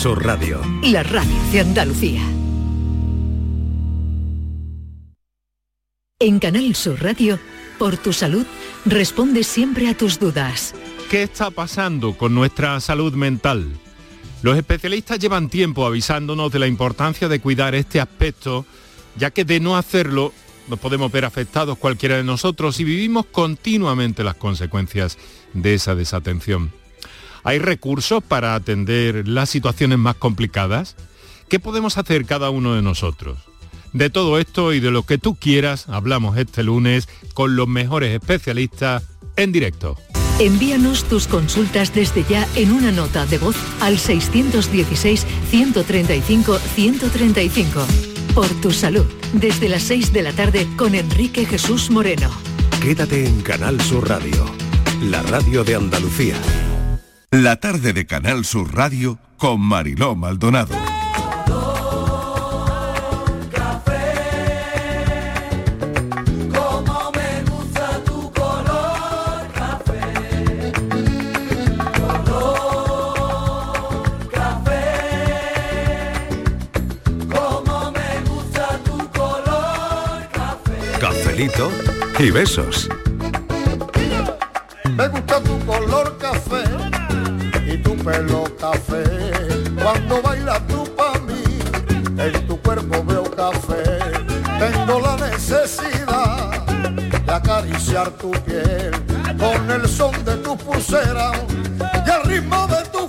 Sur Radio. La radio de Andalucía. En Canal Sur Radio, por tu salud, responde siempre a tus dudas. ¿Qué está pasando con nuestra salud mental? Los especialistas llevan tiempo avisándonos de la importancia de cuidar este aspecto, ya que de no hacerlo nos podemos ver afectados cualquiera de nosotros y vivimos continuamente las consecuencias de esa desatención. ¿Hay recursos para atender las situaciones más complicadas? ¿Qué podemos hacer cada uno de nosotros? De todo esto y de lo que tú quieras, hablamos este lunes con los mejores especialistas en directo. Envíanos tus consultas desde ya en una nota de voz al 616-135-135. Por tu salud, desde las 6 de la tarde con Enrique Jesús Moreno. Quédate en Canal Sur Radio, la radio de Andalucía. La tarde de Canal Sur Radio con Mariló Maldonado. Cafelito y besos. Me gusta tu color café y tu pelo café. Cuando bailas tú pa' mí, en tu cuerpo veo café. Tengo la necesidad de acariciar tu piel con el son de tu pulsera y el ritmo de tu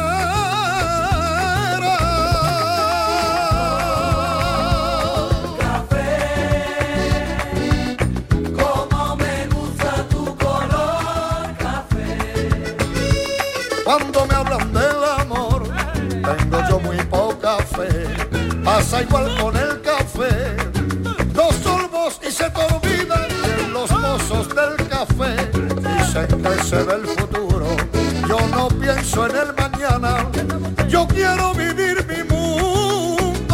Cuando me hablan del amor, tengo yo muy poca fe. Pasa igual con el café. Dos sorbos y se te olvidan de los mozos del café. Dicen que se ve el futuro. Yo no pienso en el mañana. Yo quiero vivir mi mundo.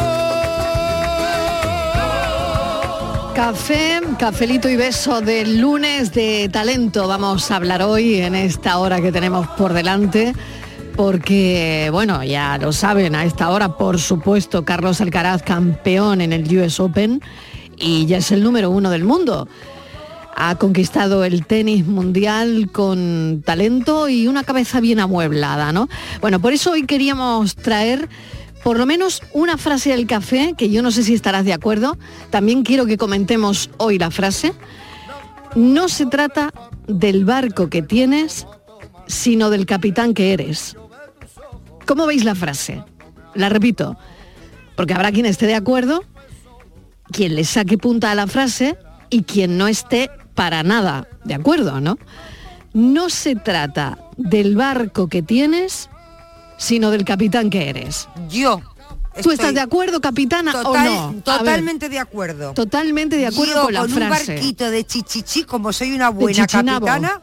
Café, cafelito y beso del lunes de talento. Vamos a hablar hoy en esta hora que tenemos por delante, porque, bueno, ya lo saben, a esta hora, por supuesto, Carlos Alcaraz, campeón en el US Open, y ya es el número 1 del mundo. Ha conquistado el tenis mundial con talento y una cabeza bien amueblada, ¿no? Bueno, por eso hoy queríamos traer por lo menos una frase del café, que yo no sé si estarás de acuerdo. También quiero que comentemos hoy la frase. No se trata del barco que tienes, sino del capitán que eres. ¿Cómo veis la frase? La repito, porque habrá quien esté de acuerdo, quien le saque punta a la frase y quien no esté para nada de acuerdo, ¿no? No se trata del barco que tienes, sino del capitán que eres. ¿Tú estás de acuerdo, capitana, o no? Totalmente de acuerdo. Totalmente de acuerdo con la frase. Con un barquito de chichichi, como soy una buena capitana,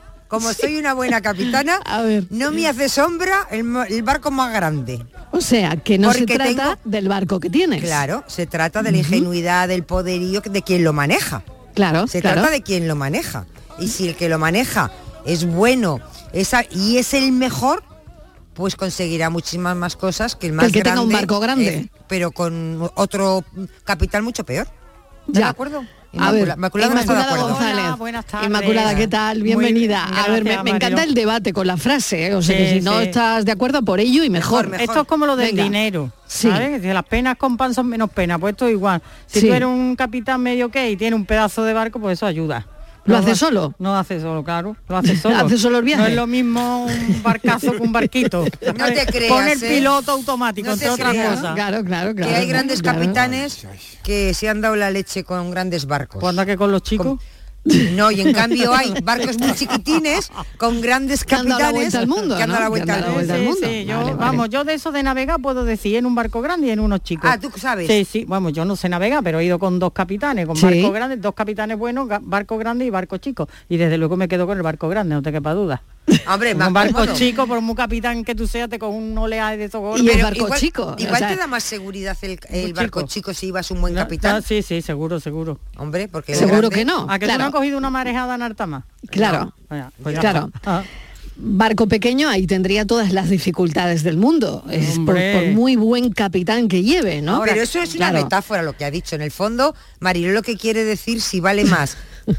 no me hace sombra el barco más grande. O sea, que no se trata del barco que tienes. Claro, se trata de la ingenuidad, del poderío de quien lo maneja. Claro, se trata de quien lo maneja. Y si el que lo maneja es bueno y es el mejor, pues conseguirá muchísimas más cosas que el más grande. El que tenga un barco grande. Pero con otro capital mucho peor. ¿De acuerdo? Inmaculada no está de acuerdo. González. Hola, buenas tardes. Inmaculada, ¿qué tal? Bienvenida. Muy bien, a ver, me encanta el debate con la frase, ¿eh? O sea, que si no estás de acuerdo, por ello y mejor. Esto es como lo del dinero, ¿sabes? Si las penas con pan son menos penas, pues esto es igual. Si tú eres un capitán medio y tienes un pedazo de barco, pues eso ayuda. ¿Lo hace solo? No hace solo, claro. Lo hace solo. ¿Hace solo el viaje? No es lo mismo un barcazo que un barquito. No te creas. Con el piloto automático, no entre otras cosas. Claro. Que hay grandes capitanes que se han dado la leche con grandes barcos. ¿Cuándo que con los chicos? No, y en cambio hay barcos muy chiquitines con grandes capitanes que han dado la vuelta al mundo. Que han dado la vuelta al mundo. Sí, yo de eso de navegar puedo decir en un barco grande y en unos chicos. Ah, ¿tú sabes? Sí, vamos, yo no sé navegar, pero he ido con dos capitanes, con barcos grandes, dos capitanes buenos, barco grande y barco chico. Y desde luego me quedo con el barco grande, no te quepa duda. Hombre, un barco chico, por muy capitán que tú seas, te con un oleaje de esos gordos. Y el barco chico. Igual te da más seguridad el barco chico si ibas un buen capitán. Sí, seguro. Hombre, porque seguro que no. ¿A que tú no has cogido una marejada en alta mar? Claro. Pues claro. barco pequeño, ahí tendría todas las dificultades del mundo. Es por muy buen capitán que lleve, ¿no? Pero eso es una metáfora lo que ha dicho. En el fondo, Mariló lo que quiere decir si vale más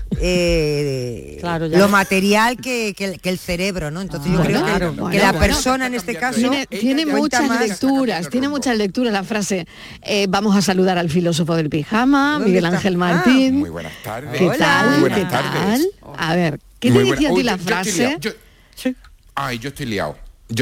lo material que el cerebro, ¿no? Entonces yo creo que la persona en este caso tiene muchas lecturas la frase. Vamos a saludar al filósofo del pijama, Miguel Ángel Martín. Muy buenas tardes. ¿Qué tal? Muy buenas tardes. A ver, ¿qué te decía a ti la frase? Yo estoy liado.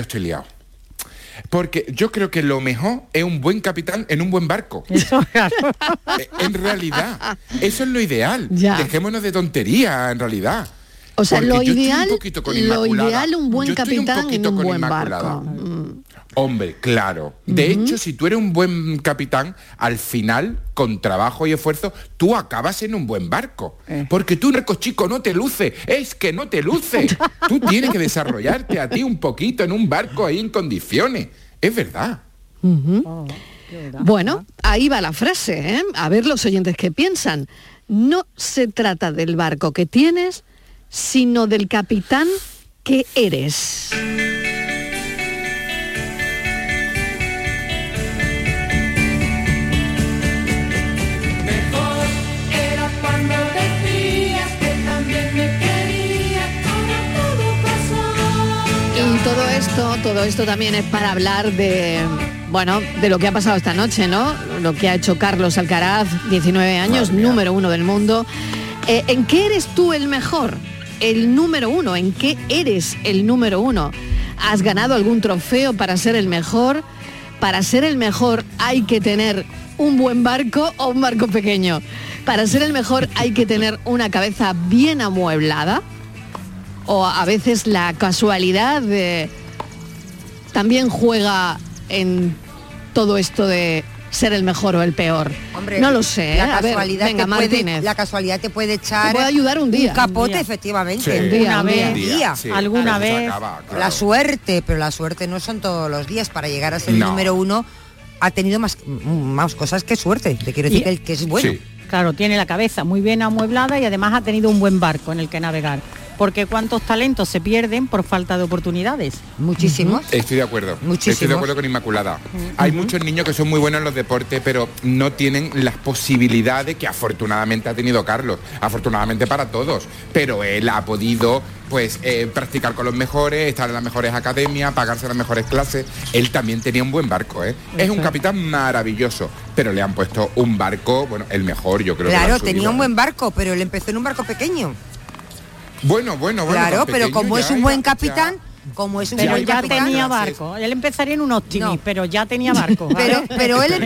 Porque yo creo que lo mejor es un buen capitán en un buen barco. En realidad, eso es lo ideal. Ya. Dejémonos de tontería, en realidad. O sea, lo ideal, un buen capitán en un buen barco. Hombre, claro. De hecho, si tú eres un buen capitán, al final, con trabajo y esfuerzo, tú acabas en un buen barco. Porque tú, barco chico, no te luce. Es que no te luce. Tú tienes que desarrollarte a ti un poquito en un barco ahí en condiciones. Es verdad. Bueno, ahí va la frase, ¿eh? A ver los oyentes qué piensan. No se trata del barco que tienes, sino del capitán que eres. Todo esto también es para hablar de lo que ha pasado esta noche, ¿no? Lo que ha hecho Carlos Alcaraz, 19 años, número 1 del mundo. ¿En qué eres tú el mejor? El número 1, ¿en qué eres el número 1? ¿Has ganado algún trofeo para ser el mejor? Para ser el mejor hay que tener un buen barco o un barco pequeño. Para ser el mejor hay que tener una cabeza bien amueblada. O a veces la casualidad también juega en todo esto de ser el mejor o el peor. Hombre, no lo sé. La casualidad te puede echar. Te puede ayudar un día. Un capote, efectivamente. Sí. Un día. Sí. Alguna vez. Acaba, claro. La suerte, pero la suerte no son todos los días. Para llegar a ser el número 1 ha tenido más cosas que suerte. Te quiero decir que es bueno. Sí. Claro, tiene la cabeza muy bien amueblada y además ha tenido un buen barco en el que navegar. Porque ¿cuántos talentos se pierden por falta de oportunidades? Muchísimos. Estoy de acuerdo. Muchísimos. Estoy de acuerdo con Inmaculada. Hay muchos niños que son muy buenos en los deportes, pero no tienen las posibilidades que afortunadamente ha tenido Carlos. Afortunadamente para todos. Pero él ha podido practicar con los mejores, estar en las mejores academias, pagarse las mejores clases. Él también tenía un buen barco, ¿eh? Es un capitán maravilloso, pero le han puesto un barco, el mejor, yo creo. Claro, tenía un buen barco, pero él empezó en un barco pequeño. Bueno. Claro, pero como es un buen capitán, pero ya tenía barco. Él empezaría en un Optimis, pero ya tenía barco. Pero él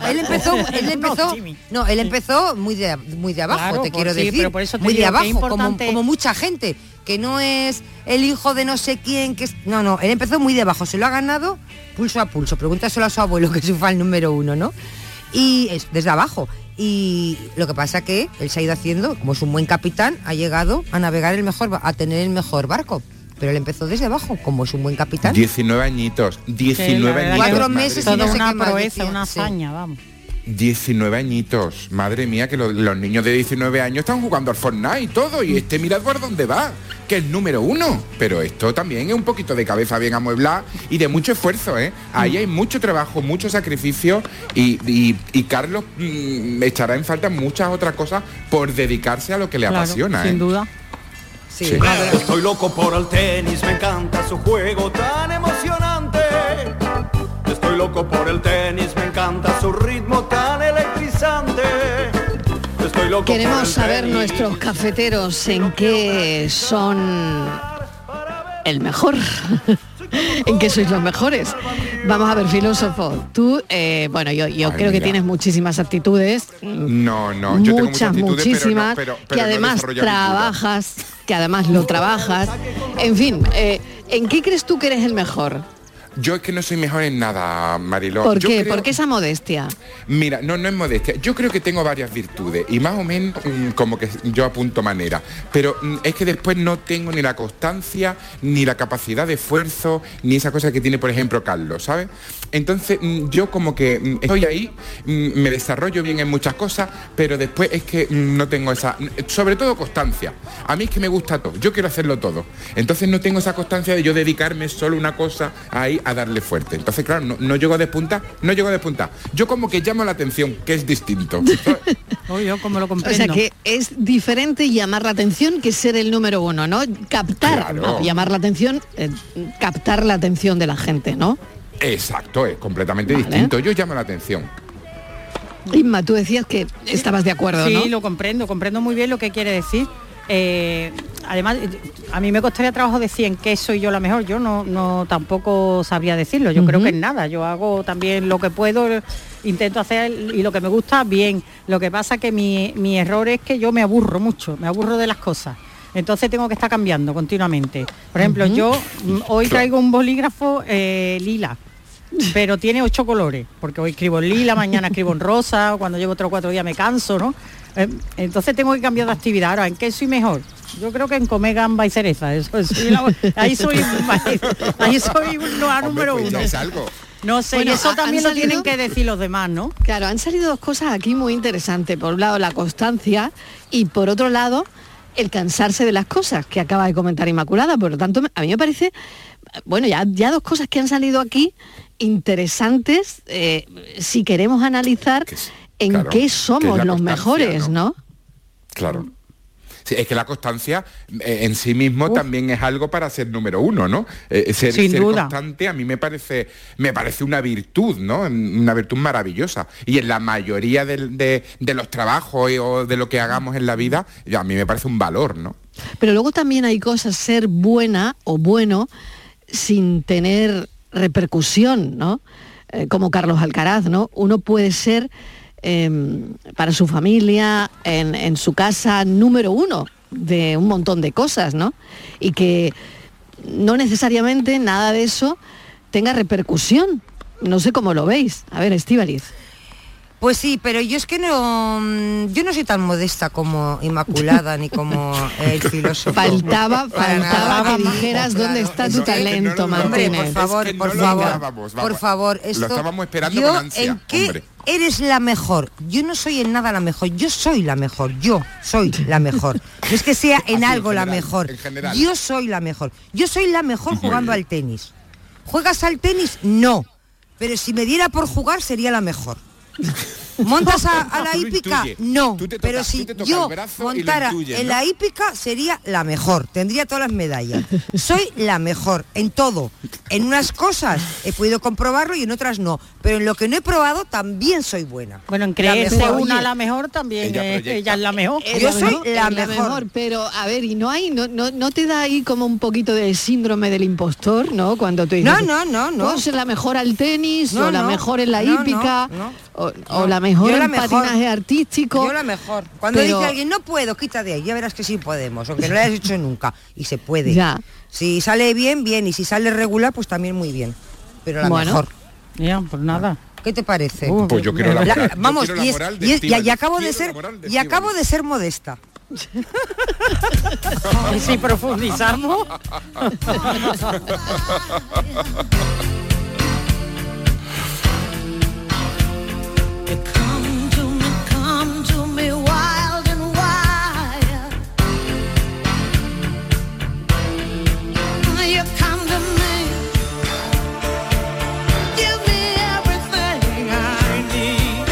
empezó muy de abajo, claro, te quiero decir. Pero por eso muy de abajo, como mucha gente, que no es el hijo de no sé quién, no, él empezó muy de abajo, se lo ha ganado pulso a pulso. Pregúntaselo a su abuelo, que es su fan número 1, ¿no? Y es desde abajo. Y lo que pasa que él se ha ido haciendo, como es un buen capitán, ha llegado a navegar a tener el mejor barco. Pero él empezó desde abajo, como es un buen capitán. 19 añitos. 4 meses y no sé una qué más proeza, una hazaña, vamos. 19 añitos. Madre mía, que los niños de 19 años están jugando al Fortnite y todo. Y mirad por dónde va, que es número 1. Pero esto también es un poquito de cabeza bien amueblada y de mucho esfuerzo, ¿eh? Ahí hay mucho trabajo, mucho sacrificio y Carlos echará en falta muchas otras cosas por dedicarse a lo que le apasiona, sin duda. Sí. Estoy loco por el tenis, me encanta su juego tan emocionante. Estoy loco por el tenis, me encanta su ritmo tan electrizante. Estoy loco. Queremos saber nuestros cafeteros en qué son el mejor. ¿En qué sois los mejores? Vamos a ver, filósofo, tú, yo creo que tienes muchísimas aptitudes. No, yo tengo muchas aptitudes, muchísimas, pero que además trabajas, que además lo trabajas. En fin, ¿en qué crees tú que eres el mejor? Yo es que no soy mejor en nada, Mariló. ¿Por qué? ¿Por qué esa modestia? Mira, no es modestia. Yo creo que tengo varias virtudes y más o menos como que yo apunto manera. Pero es que después no tengo ni la constancia, ni la capacidad de esfuerzo, ni esa cosa que tiene, por ejemplo, Carlos, ¿sabes? Entonces yo como que estoy ahí, me desarrollo bien en muchas cosas, pero después es que no tengo esa... Sobre todo constancia. A mí es que me gusta todo. Yo quiero hacerlo todo. Entonces no tengo esa constancia de yo dedicarme solo a una cosa ahí a darle fuerte. Entonces, claro, no llego a despuntar. Yo como que llamo la atención, que es distinto. Yo como lo comprendo. O sea, que es diferente llamar la atención que ser el número uno, ¿no? Captar, Claro. no, llamar la atención, captar la atención de la gente, ¿no? Exacto, es completamente distinto. Yo llamo la atención. Inma, tú decías que estabas de acuerdo, sí, ¿no? lo comprendo muy bien lo que quiere decir. Además, a mí me costaría trabajo decir en qué soy yo la mejor. Yo no tampoco sabría decirlo. Yo creo que en nada. Yo hago también lo que puedo, intento hacer y lo que me gusta bien. Lo que pasa que mi error es que yo me aburro mucho, me aburro de las cosas. Entonces tengo que estar cambiando continuamente. Por ejemplo, yo hoy traigo un bolígrafo lila, pero tiene 8 colores, porque hoy escribo en lila, mañana escribo en rosa, cuando llevo 3 o 4 días me canso, ¿no? Entonces tengo que cambiar de actividad. Ahora, ¿en qué soy mejor? Yo creo que en comer gamba y cereza. Ahí soy número pues uno. ya es algo. No sé, Bueno, y eso también han lo tienen salido- que decir los demás, ¿no? Claro, han salido dos cosas aquí muy interesantes. Por un lado, la constancia y por otro lado, el cansarse de las cosas que acaba de comentar Inmaculada. Por lo tanto, a mí me parece, bueno, ya dos cosas que han salido aquí interesantes si queremos analizar en claro, qué que es somos la los constancia, mejores, ¿no? Claro. Sí, es que la constancia en sí mismo también es algo para ser número uno, ¿no? Ser duda. constante a mí me parece una virtud, ¿no? Una virtud maravillosa. Y en la mayoría de los trabajos o de lo que hagamos en la vida, a mí me parece un valor, ¿no? Pero luego también hay cosas, ser buena o bueno sin tener repercusión, ¿no? Como Carlos Alcaraz, ¿no? Uno puede ser para su familia, en su casa, número uno de un montón de cosas, ¿no? Y que no necesariamente nada de eso tenga repercusión. No sé cómo lo veis. A ver, Estíbaliz. Pues sí, pero yo es que yo no soy tan modesta como Inmaculada ni como el filósofo. Faltaba Para nada. que dijeras dónde está tu talento, no, Hombre, Martínez. por favor, Es que por no lo favor, hablábamos, vamos. por favor, esto. Lo estábamos esperando yo, con ansia, ¿en qué hombre. eres la mejor? Yo no soy en nada la mejor, yo soy la mejor, yo soy la mejor. No es que sea en Así, algo en la general, mejor. en general. Yo soy la mejor. Yo soy la mejor Muy jugando bien. al tenis. ¿Juegas al tenis? No. Pero si me diera por jugar sería la mejor. ¿Montas a la Tú lo hípica? intuyes. No, Tú te pero tocas- si tú te tocas yo el brazo y lo montara intuyes, en ¿no? la hípica sería la mejor, tendría todas las medallas. Soy la mejor en todo. En unas cosas he podido comprobarlo y en otras no, pero en lo que no he probado también soy buena. Bueno, en La creerse mejor. una Oye, la mejor también Ella proyecta. ella es la mejor. Yo Es soy la es mejor. pero a ver, y no te da ahí como un poquito de síndrome del impostor, ¿no? Cuando tú dices, No. puedo ser la mejor al tenis, No, o la no. mejor en la No, hípica, no. o la mejor Yo la en mejor. patinaje artístico. Yo la mejor. Cuando Pero- dice alguien no puedo, quita de ahí, ya verás que sí podemos, aunque no lo hayas hecho nunca. Y se puede. Ya. Si sale bien, bien, y si sale regular, pues también muy bien. Pero la Bueno. mejor. Ya, pues nada. ¿Qué te parece? Pues yo quiero la moral. Yo Vamos, quiero la y, es- moral de y Estíbaliz. acabo de Quiero la ser moral de y acabo Estíbaliz. de ser modesta. Y si profundizamos. Come to me wild and wild. You come to me, give me everything I need.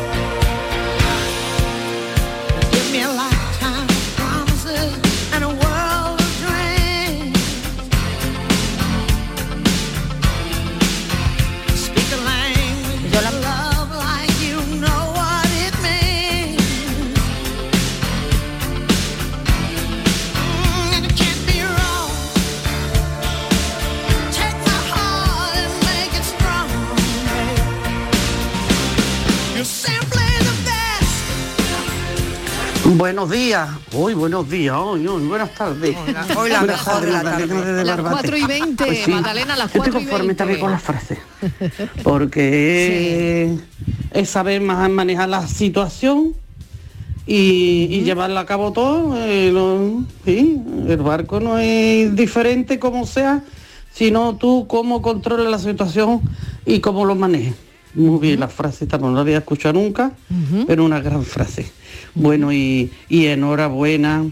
Give me a lifetime of promises and a world of dreams. Buenos días, buenos días, buenas tardes. Hoy la mejor de la tarde. Desde Las Barbate. 4:20, Pues sí, Magdalena, las yo estoy 4:20. conforme también con las frases, porque es saber más manejar la situación y llevarla a cabo todo. El barco no es diferente como sea, sino tú cómo controlas la situación y cómo lo manejes. Muy bien, la frase esta no la había escuchado nunca, pero una gran frase. Bueno, y enhorabuena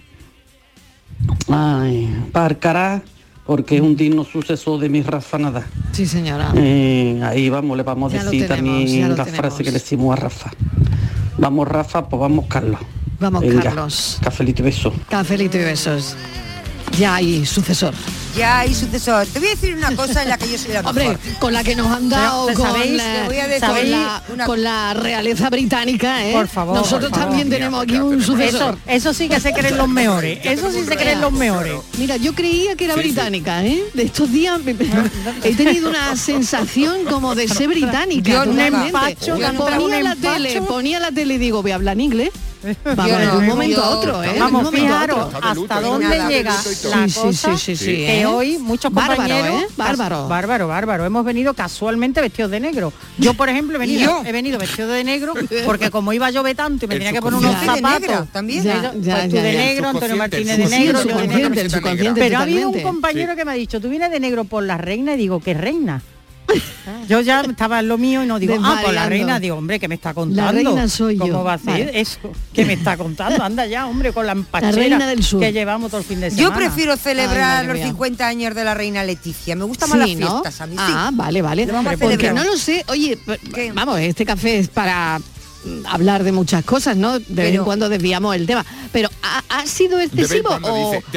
para Alcaraz, porque es un digno sucesor de mi Rafa Nadal. Sí, señora. Ahí vamos, le vamos a Ya lo decir tenemos, ya también lo la tenemos. frase que le decimos a Rafa. Vamos Rafa, pues vamos Carlos. Vamos, Venga, Carlos. cafelito y beso. Cafelito y besos. Ya hay sucesor. Ya hay sucesor. Te voy a decir una cosa en la que yo soy la mejor. Hombre, con la que nos han dado Pero, con, ¿sabéis? la, Le voy a decir con la realeza británica, ¿eh? Por favor, nosotros por favor. también tenemos aquí un sucesor. Eso sí que se creen los mejores. Eso sí se creen los mejores. Mira, yo creía que era británica, ¿eh? De estos días he tenido una sensación como de ser británica. Yo no totalmente. empacho, yo no traigo un empacho. Ponía la tele y digo, voy a hablar en inglés. Vamos, Yo de no, un momento yo- a otro, ¿eh? Vamos, De un momento a fijaros otro. hasta dónde Nada. llega la Sí, cosa sí, que ¿eh? hoy muchos Bárbaro, compañeros... ¿eh? Bárbaro. Bárbaro. Hemos venido casualmente vestidos de negro. Yo, por ejemplo, he venido vestido de negro porque como iba a llover tanto y me tenía que poner unos subconsciente. ¿De zapatos... negra también? Ya, Pues tú de negro, Antonio Martínez de Sí, negro, el yo de negro. subconsciente, el subconsciente. Pero ha habido un totalmente. compañero que me ha dicho, tú vienes de negro por la reina, y digo, ¿qué reina? Yo ya estaba en lo mío y no digo, por la Desvariando. reina, digo, hombre, ¿qué me está contando? La reina soy yo. ¿Cómo va a ser Vale. eso? ¿Qué me está contando? Anda ya, hombre, con la empachera reina del sur. que llevamos todo el fin de semana. Yo prefiero celebrar Ay, madre los mía. 50 años de la reina Leticia. Me gustan más las Sí, ¿no? fiestas, a mí sí. Ah, vale. Lo vamos a Porque celebrar. no lo sé. Oye, ¿Qué? vamos, este café es para hablar de muchas cosas, ¿no? De vez en cuando desviamos el tema. Pero ¿ha sido excesivo o es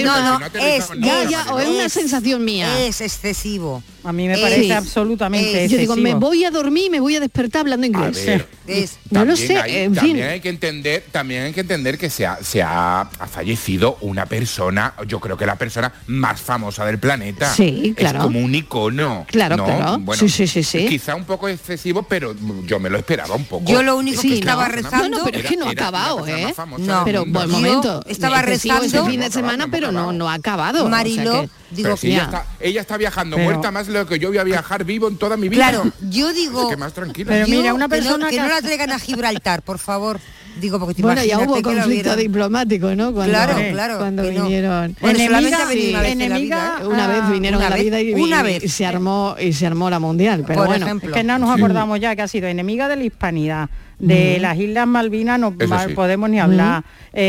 una sensación mía? Es excesivo. A mí me parece absolutamente Yo digo, me excesivo. voy a dormir y me voy a despertar hablando inglés. No lo sé, en fin. También hay que entender que se ha fallecido una persona, yo creo que la persona más famosa del planeta. Sí, claro. Es como un icono. Claro, ¿no? claro. Bueno, Sí. Quizá un poco excesivo, pero yo me lo esperaba un poco. Yo lo único que Sí, estaba ¿no? rezando... No, pero es que no ha acabado, ¿eh? No, pero buen yo momento. estaba Excesivo rezando... ese fin de semana, pero no ha acabado. Mariló, Pero si ella está viajando Pero- muerta más de lo que yo voy a viajar vivo en toda mi vida. Claro, yo digo... Que más tranquila. Pero yo- mira, una persona que no que- la traigan a Gibraltar, por favor. Digo, porque te Bueno, ya imagínate hubo que lo conflicto vieron. diplomático, ¿no? Cuando, Claro, cuando que no. vinieron. Bueno, solamente Enemiga- ha venido una vez en la enemiga- vida, ¿eh? Una vez vinieron Una a la vez, vida y, una vez. y se armó la mundial, pero Por bueno. ejemplo. Es que no nos acordamos ya que ha sido enemiga de la hispanidad, de las Islas Malvinas no Eso sí. podemos ni hablar.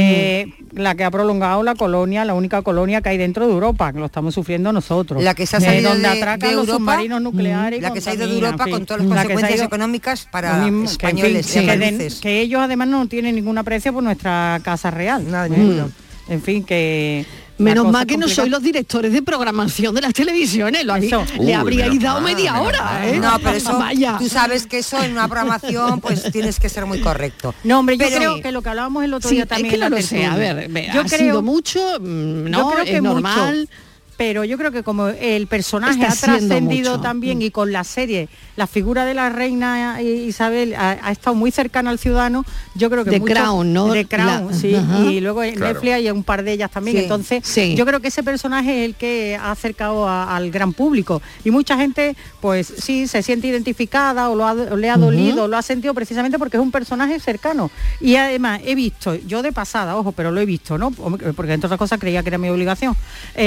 La que ha prolongado la colonia, la única colonia que hay dentro de Europa, que lo estamos sufriendo nosotros. La que se ha salido donde de atracan los Europa, submarinos nucleares. y La que se ha ido de contaminan, Europa en fin. con todas las La que se ha consecuencias ido- económicas para lo mismo, que, en españoles fin, y que andaluces. que ellos además no tienen ningún aprecio por nuestra casa real. Nada, ninguno. En fin, que... Menos la cosa mal que no complicada. sois los directores de programación de las televisiones, Eso. le habríais menos dado mal, media menos hora, mal. ¿eh? No, pero eso, Vaya. tú sabes que eso en una programación pues tienes que ser muy correcto. No, hombre, yo Pero- creo que lo que hablábamos el otro Sí, día es también que en no la lo sé, a tertulia. ver, yo ha creo, sido mucho, no, yo creo que es normal. mucho, pero yo creo que como el personaje Está ha siendo trascendido mucho. también y con la serie, la figura de la reina Isabel ha estado muy cercana al ciudadano, yo creo que The mucho- Crown, ¿no? The Crown, La- sí, ajá. y luego en Claro. Netflix hay un par de ellas también, Sí, entonces sí. yo creo que ese personaje es el que ha acercado al gran público y mucha gente pues sí se siente identificada o le ha dolido, lo ha sentido precisamente porque es un personaje cercano y además he visto, yo de pasada, ojo, pero lo he visto, ¿no? Porque entre otras cosas creía que era mi obligación.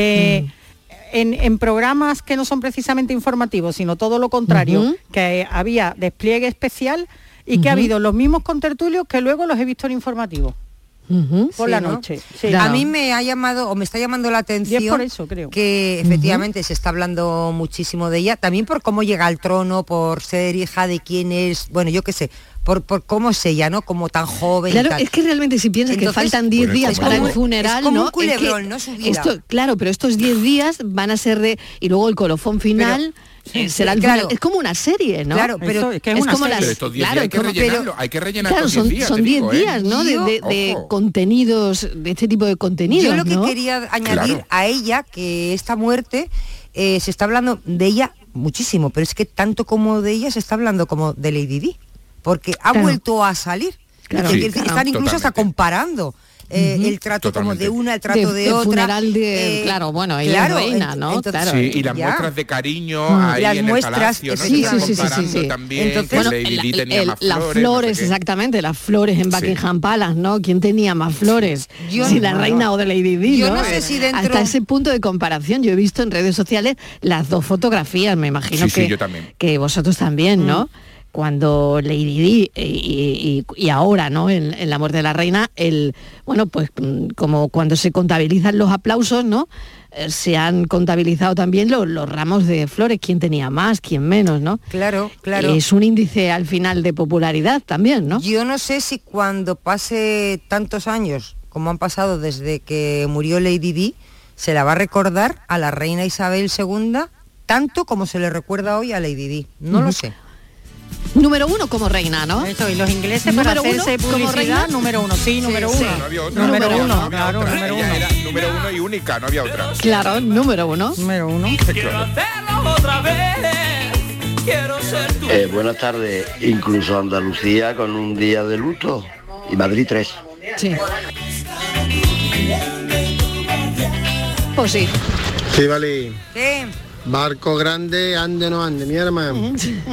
En programas que no son precisamente informativos, sino todo lo contrario, Ujú. que había despliegue especial y que ha habido los mismos contertulios que luego los he visto en informativos Ujú. por Sí, la ¿no? noche. Sí. Claro. A mí me ha llamado o me está llamando la atención Y es por eso, creo. que efectivamente se está hablando muchísimo de ella, también por cómo llega al trono, por ser hija de quién es, bueno, yo qué sé, por cómo es ella, ¿no? Como tan joven. y Claro, tal. es que realmente si piensas Entonces, que faltan 10 bueno, días es para como- el funeral, es como ¿no? un culebrón, que ¿no? Su vida. esto, claro, pero estos 10 días van a ser de... Y luego el colofón final será el claro. final. Es como una serie, ¿no? Claro, pero Eso es que es una como serie. las- Pero estos 10 claro, días hay que como- rellenarlo, hay que rellenar Claro, estos 10 días. son te 10 digo, días, ¿no? Yo- De Ojo. contenidos, de este tipo de contenidos, Yo lo que ¿no? quería añadir Claro. a ella, que esta muerte se está hablando de ella muchísimo, pero es que tanto como de ella se está hablando como de Lady Di, porque ha Claro. vuelto a salir. Claro. Es decir, están incluso hasta comparando. El trato como de una, el trato de otra. Funeral de, claro, bueno, ella es reina, ¿no? Entonces, claro. Sí, y las muestras de cariño ahí las en muestras, el palacio, ¿no? sí, Están sí, comparando sí. también Entonces, que Bueno, Lady Di tenía más las flores, flores, no sé qué. exactamente, las flores en Buckingham Palace, ¿no? ¿Quién tenía más flores? Yo si no- la reina o de Lady Di, Yo ¿no? no sé si dentro- Hasta ese punto de comparación, yo he visto en redes sociales las dos fotografías, me imagino Sí, yo también. que vosotros también, ¿no? Cuando Lady Di y ahora, ¿no? En la muerte de la reina, bueno, pues como cuando se contabilizan los aplausos, ¿no? Se han contabilizado también los ramos de flores, quién tenía más, quién menos, ¿no? Claro, claro. Es un índice al final de popularidad también, ¿no? Yo no sé si cuando pase tantos años, como han pasado desde que murió Lady Di, se la va a recordar a la reina Isabel II tanto como se le recuerda hoy a Lady Di. No lo sé. Número 1 como reina, ¿no? Eso, y los ingleses para Número uno hacerse como publicidad, reina. número 1, sí, número 1. No había otra. Número No 1, había claro, otra. número 1. Ella era número 1 y única, no había otra. Claro, número 1. Número 1. Quiero hacerlo otra vez. Quiero ser tú. Buenas tardes. Incluso Andalucía con un día de luto y Madrid 3. Sí. Pues sí. Sí, vale. Sí. Barco grande, ande no ande, mi hermano.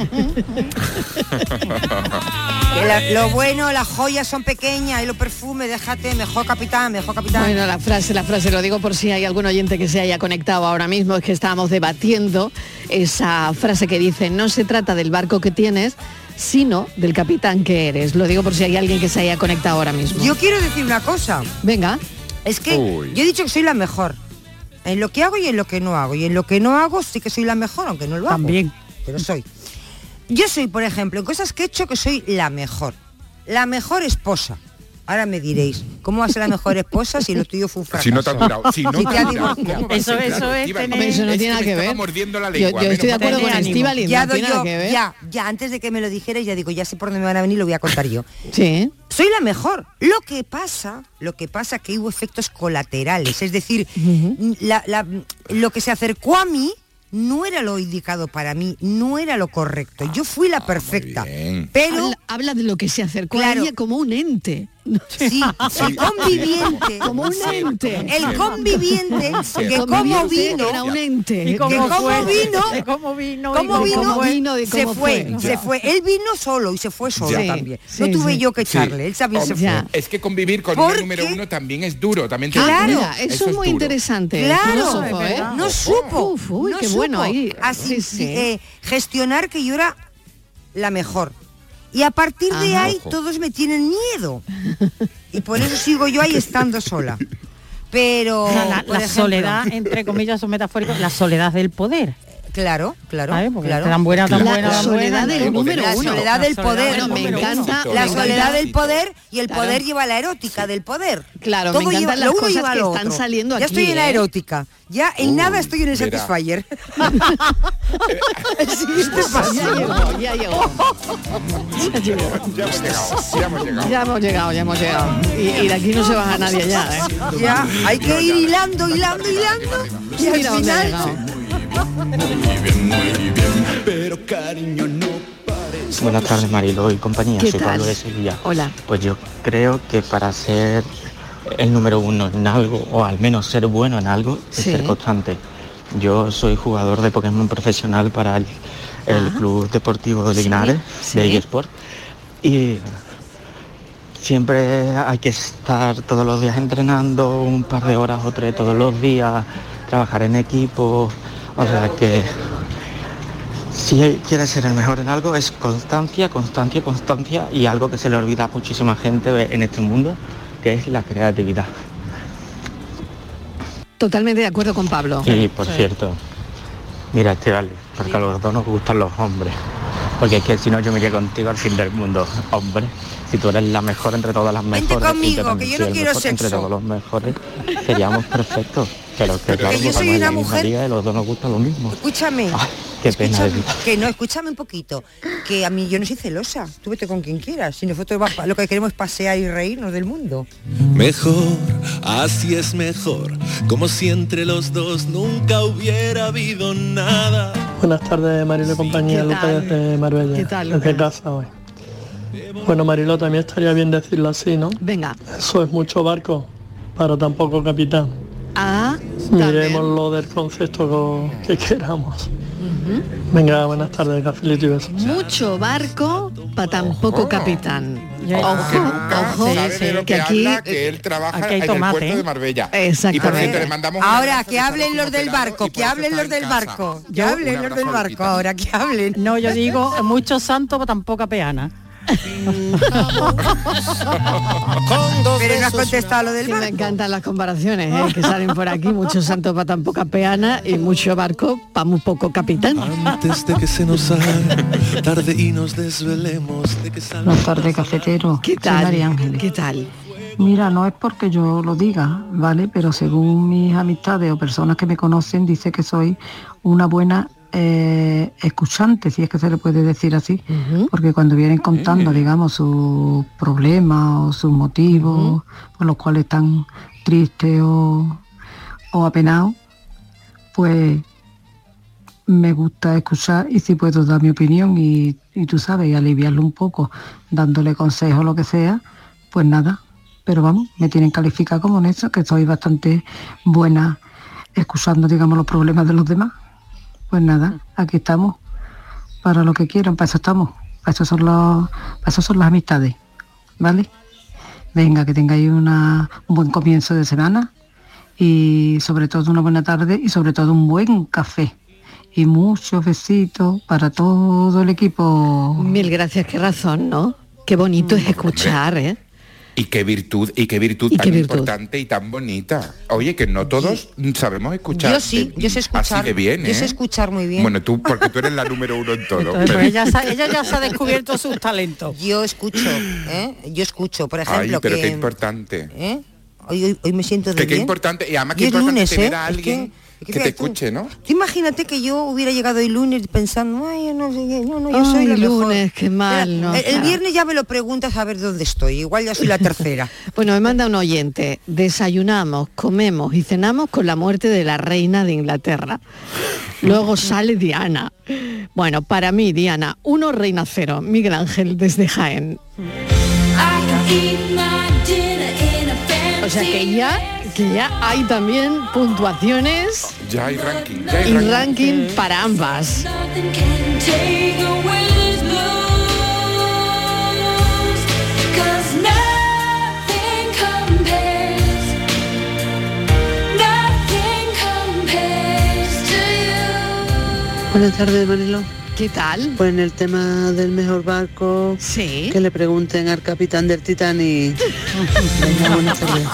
Lo bueno, las joyas son pequeñas y los perfumes, déjate, mejor capitán, mejor capitán. Bueno, la frase, lo digo por si hay algún oyente que se haya conectado ahora mismo, es que estábamos debatiendo esa frase que dice, no se trata del barco que tienes, sino del capitán que eres. Lo digo por si hay alguien que se haya conectado ahora mismo. Yo quiero decir una cosa. Venga. Es que yo he dicho que soy la mejor. En lo que hago y en lo que no hago. Y en lo que no hago sí que soy la mejor, aunque no lo hago. También. Pero soy. Yo soy, por ejemplo, en cosas que he hecho que soy la mejor. La mejor esposa. Ahora me diréis, ¿cómo va a ser la mejor esposa si lo tuyo fue un fracaso? Si no te has durado, si no te te has has durado. divorciado. ¿Cómo va a ser? Eso Claro, es Iba, tener- Hombre, eso no es tiene que nada me que estaba ver. mordiendo la Yo lengua. estoy de acuerdo con Tener ánimo. Estíbaliz, Ya no doy tiene nada yo, que ver. ya, antes de que me lo dijeras, ya digo, ya sé por dónde me van a venir, lo voy a contar yo. Sí. Soy la mejor. Lo que pasa que hubo efectos colaterales, es decir, lo que se acercó a mí no era lo indicado para mí, no era lo correcto. Yo fui la perfecta. Pero habla de lo que se acercó Claro. a ella como un ente. sí, el conviviente, Como un ente. el conviviente que como Conviviente vino, era un ente. ¿Y que cómo como fue? vino, De cómo vino. y ¿Cómo cómo vino? fue. vino, de se cómo fue, fue. se fue. Él vino solo y se fue solo Sí, también. sí, No tuve sí. yo que Sí. echarle, él también se fue. Ya. Es que convivir con ¿Por un número qué? 1 también es duro, también te Claro. digo. Mira, eso es muy duro. interesante. Claro, filósofo, es ¿eh? verdad. No supo. Uf, uy, no qué bueno supo ahí. así, Sí, sí. gestionar que yo era la mejor. Y a partir de Ajá. ahí Ojo. todos me tienen miedo. Y por eso sigo yo ahí estando sola. Pero La por ejemplo, soledad, entre comillas o metafóricos, la soledad del poder. Claro, claro, ¿Sabes? Porque claro. tan buena, tan La buena, tan soledad buena. del número La uno. soledad del poder. Bueno, me encanta. La me soledad encanta. del poder y el Claro. poder lleva la erótica del poder. Claro, Todo me encantan lleva, las lo uno cosas lleva que lo están otro. saliendo ya aquí, estoy en la ¿eh? erótica. Ya en nada estoy en el verá. Satisfyer. El siguiente paso. Ya llegó. Ya llegó. Ya hemos llegado. Ya hemos llegado. Y de aquí no se baja nadie ya, ¿eh? Ya, hay que ir hilando. Y al Mira dónde ha final... llegado. Pero cariño, no pares. Buenas tardes, Mariló y compañía. ¿Qué Soy tal? Pablo de Sevilla. Hola. Pues yo creo que para ser el número 1 en algo, o al menos ser bueno en algo, es Sí. ser constante. Yo soy jugador de Pokémon profesional para el Club Deportivo de Linares, sí. de eSport. Y siempre hay que estar todos los días entrenando, un par de horas o 3 todos los días, trabajar en equipo. O sea que si quieres ser el mejor en algo es constancia, constancia, constancia, y algo que se le olvida a muchísima gente en este mundo, que es la creatividad. Totalmente de acuerdo con Pablo. Y por cierto, mira, Estivali, porque a los dos nos gustan los hombres, porque es que si no yo me iría contigo al fin del mundo. Hombre, si tú eres la mejor entre todas las Vente mejores, conmigo, y también que yo soy no el quiero mejor entre sexo. todos los mejores, seríamos perfectos. Pero que claro, Que yo que soy estamos en una la misma mujer- liga y los dos nos gusta lo mismo. Escúchame. Ay, qué pena de vida. Que no, escúchame un poquito. Que a mí yo no soy celosa. Tú vete con quien quieras. Si nosotros lo que queremos es pasear y reírnos del mundo. Mejor, así es mejor. Como si entre los dos nunca hubiera habido nada. Buenas tardes, Marilo y compañía, ¿Qué Lucas tal? desde Marbella. ¿Qué tal, Desde Lucas? casa hoy. Bueno, Mariló, también estaría bien decirlo así, ¿no? Venga. Eso es mucho barco para tan poco capitán. Ah, miremoslo del concepto que queramos. Venga, buenas tardes, cafelito y besos. Mucho barco para tan poco capitán. Ojo, que aquí que él trabaja en el puerto de Marbella. Exactamente. Y por cierto, le mandamos ahora que hablen los del barco, que hablen los del barco, que hablen los del barco, ahora que hablen. No, yo digo muchos santos para tan poca peana. Pero no has contestado lo del barco. Me encantan las comparaciones que salen por aquí. Mucho santo para tan poca peana y mucho barco para muy poco capitán. Antes de que se nos haga tarde y nos desvelemos de que Buenas tardes, cafetero. ¿Qué tal? Soy María Ángeles. ¿Qué tal? Mira, no es porque yo lo diga, ¿vale? Pero según mis amistades o personas que me conocen, dice que soy una buena escuchante, si es que se le puede decir así, porque cuando vienen contando, digamos, sus problemas o sus motivos por los cuales están tristes o apenados, pues me gusta escuchar y si puedo dar mi opinión y tú sabes, y aliviarlo un poco, dándole consejos o lo que sea, pues nada. Pero vamos, me tienen calificado como en eso, que soy bastante buena escuchando, digamos, los problemas de los demás. Pues nada, aquí estamos, para lo que quieran, para eso estamos, para eso son las amistades, ¿vale? Venga, que tengáis un buen comienzo de semana y sobre todo una buena tarde y sobre todo un buen café. Y muchos besitos para todo el equipo. Mil gracias, qué razón, ¿no? Qué bonito es escuchar, ¿eh? Y qué virtud tan importante y tan bonita. Oye, que no todos sabemos escuchar. Yo sí, yo sé escuchar. Así de bien, ¿eh? Yo sé escuchar muy bien. Bueno, tú, porque tú eres la número uno en todo. Entonces, pero ella ya se ha descubierto sus talentos. Yo escucho, Yo escucho, por ejemplo. Ay, pero qué importante. Hoy me siento de bien. Qué importante, y además qué importante lunes, tener a alguien que te escuche, ¿no? Tú imagínate que yo hubiera llegado el lunes pensando, ay, no sé qué, no, yo soy la mejor. Lunes, qué mal, ¿no? El viernes ya me lo preguntas a ver dónde estoy, igual ya soy la tercera. Bueno, me manda un oyente, desayunamos, comemos y cenamos con la muerte de la reina de Inglaterra. Luego sale Diana. Bueno, para mí, Diana, 1, reina 0. Miguel Ángel desde Jaén. O sea que ya hay también puntuaciones. Ya hay ranking. Y ranking para ambas. Buenas tardes, Mariló. ¿Qué tal? Pues en el tema del mejor barco, sí, que le pregunten al capitán del Titanic. Venga, buenas tardes.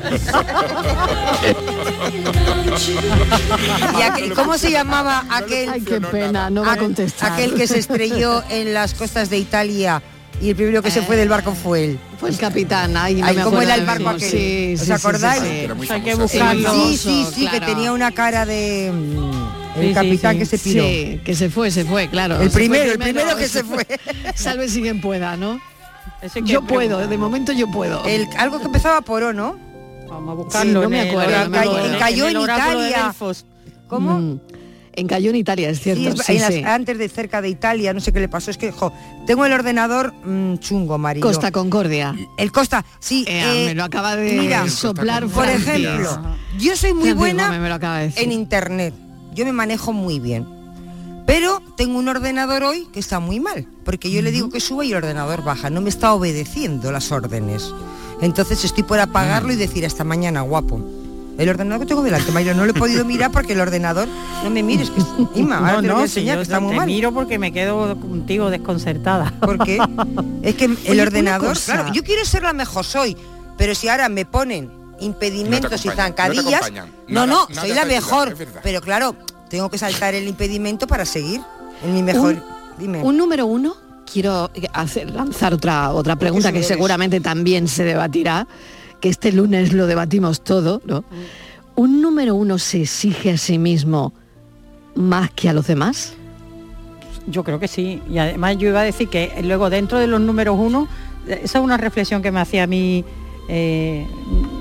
¿Y cómo se llamaba aquel? Ay, qué pena, no va a contestar. Aquel que se estrelló en las costas de Italia y el primero que se fue del barco fue él. Fue el capitán. Ay, no me ¿cómo era el acuerdo. barco aquel? ¿Os acordáis? Hay que buscarlo. Sí, claro. Que tenía una cara de... El capitán que se piró. Sí, que se fue, claro. El primero que se fue. Salve si quien pueda, ¿no? Yo puedo, de momento yo puedo. Algo que empezaba por O, ¿no? Vamos a buscarlo. Sí, no me acuerdo. Cayó en Italia. ¿Cómo? Encalló en Italia, es cierto. Sí, antes de cerca de Italia, no sé qué le pasó. Es que, tengo el ordenador chungo, Mariló. Costa Concordia. El Costa, sí. Me lo acaba de soplar. Por ejemplo, yo soy muy buena me lo acaba de decir. en internet. Yo me manejo muy bien. Pero tengo un ordenador hoy que está muy mal. Porque yo le digo que suba y el ordenador baja. No me está obedeciendo las órdenes. Entonces estoy por apagarlo y decir hasta mañana, guapo. El ordenador que tengo delante, Mario, no lo he podido mirar porque el ordenador, no me mires, que Inma, ahora te lo voy a enseñar, que está muy mal. Miro porque me quedo contigo desconcertada. ¿Por qué? Es que el ordenador, claro, yo quiero ser la mejor, pero si ahora me ponen impedimentos y zancadillas, no, soy la mejor, pero claro, tengo que saltar el impedimento para seguir en mi mejor. Dime. Un número 1, quiero lanzar otra pregunta que seguramente también se debatirá, que este lunes lo debatimos todo, ¿no? ¿Un número 1 se exige a sí mismo más que a los demás? Yo creo que sí, y además yo iba a decir que luego dentro de los números 1, esa es una reflexión que me hacía a mí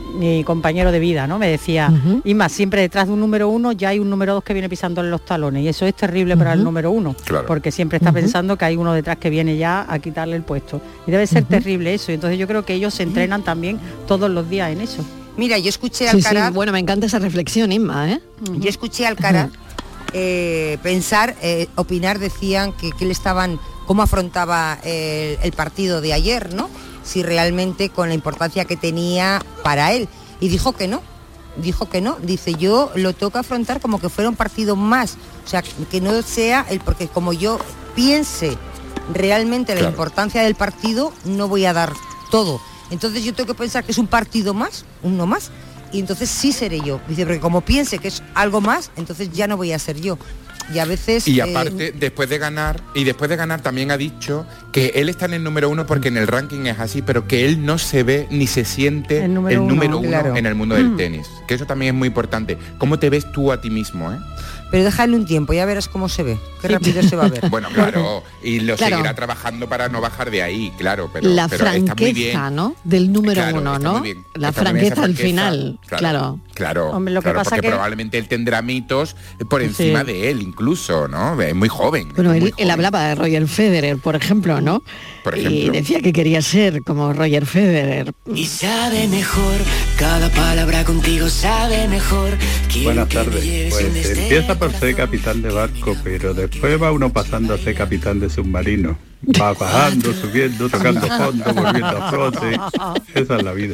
mi compañero de vida, ¿no? Me decía, Inma, siempre detrás de un número 1 ya hay un número 2 que viene pisándole los talones, y eso es terrible para el número 1, porque siempre está pensando que hay uno detrás que viene ya a quitarle el puesto. Y debe ser terrible eso, y entonces yo creo que ellos se entrenan también todos los días en eso. Mira, yo escuché a Alcaraz... Sí, bueno, me encanta esa reflexión, Inma, ¿eh? Yo escuché a Alcaraz pensar, opinar, decían que él estaban... cómo afrontaba el partido de ayer, ¿no? Si realmente con la importancia que tenía para él. Y dijo que no, dice, yo lo tengo que afrontar como que fuera un partido más, o sea, que no sea porque como yo piense realmente la importancia del partido, no voy a dar todo. Entonces yo tengo que pensar que es un partido más, uno más, y entonces sí seré yo. Dice, porque como piense que es algo más, entonces ya no voy a ser yo. Y a veces... Y aparte, después de ganar también ha dicho que él está en el número 1 porque en el ranking es así, pero que él no se ve ni se siente el número uno claro. en el mundo del tenis. Que eso también es muy importante. ¿Cómo te ves tú a ti mismo, Pero déjale un tiempo, ya verás cómo se ve. Qué rápido se va a ver. Bueno, claro, y lo seguirá trabajando para no bajar de ahí, claro. Pero franqueza, está muy bien. ¿no? Del número 1, ¿no? La franqueza al final, Claro, Hombre, lo que pasa porque que... probablemente él tendrá mitos por encima de él, incluso, ¿no? Es muy joven. Bueno, él hablaba de Roger Federer, por ejemplo, ¿no? Y decía que quería ser como Roger Federer. Y sabe mejor, cada palabra contigo sabe mejor. Buenas tardes. Pues empieza por ser capitán de barco, pero después va uno pasando a ser capitán de submarino. Va bajando, subiendo, tocando fondo, volviendo a flote. Esa es la vida.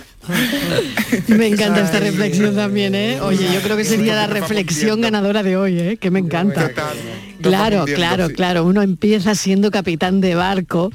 Me encanta esta reflexión también, ¿eh? Oye, yo creo que sería la reflexión ganadora de hoy, ¿eh? Que me encanta. Claro. Uno empieza siendo capitán de barco,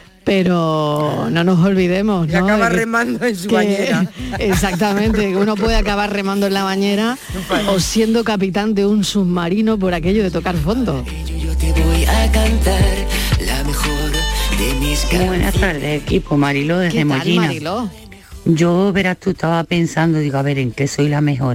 pero no nos olvidemos, ¿no? Y acaba remando en su bañera. Exactamente, uno puede acabar remando en la bañera o siendo capitán de un submarino por aquello de tocar fondo. Yo te voy a cantar la mejor de mis canciones. Buenas tardes, equipo. Mariló desde Mollina. Mariló? Yo, verás, tú estaba pensando, digo, a ver, ¿en qué soy la mejor?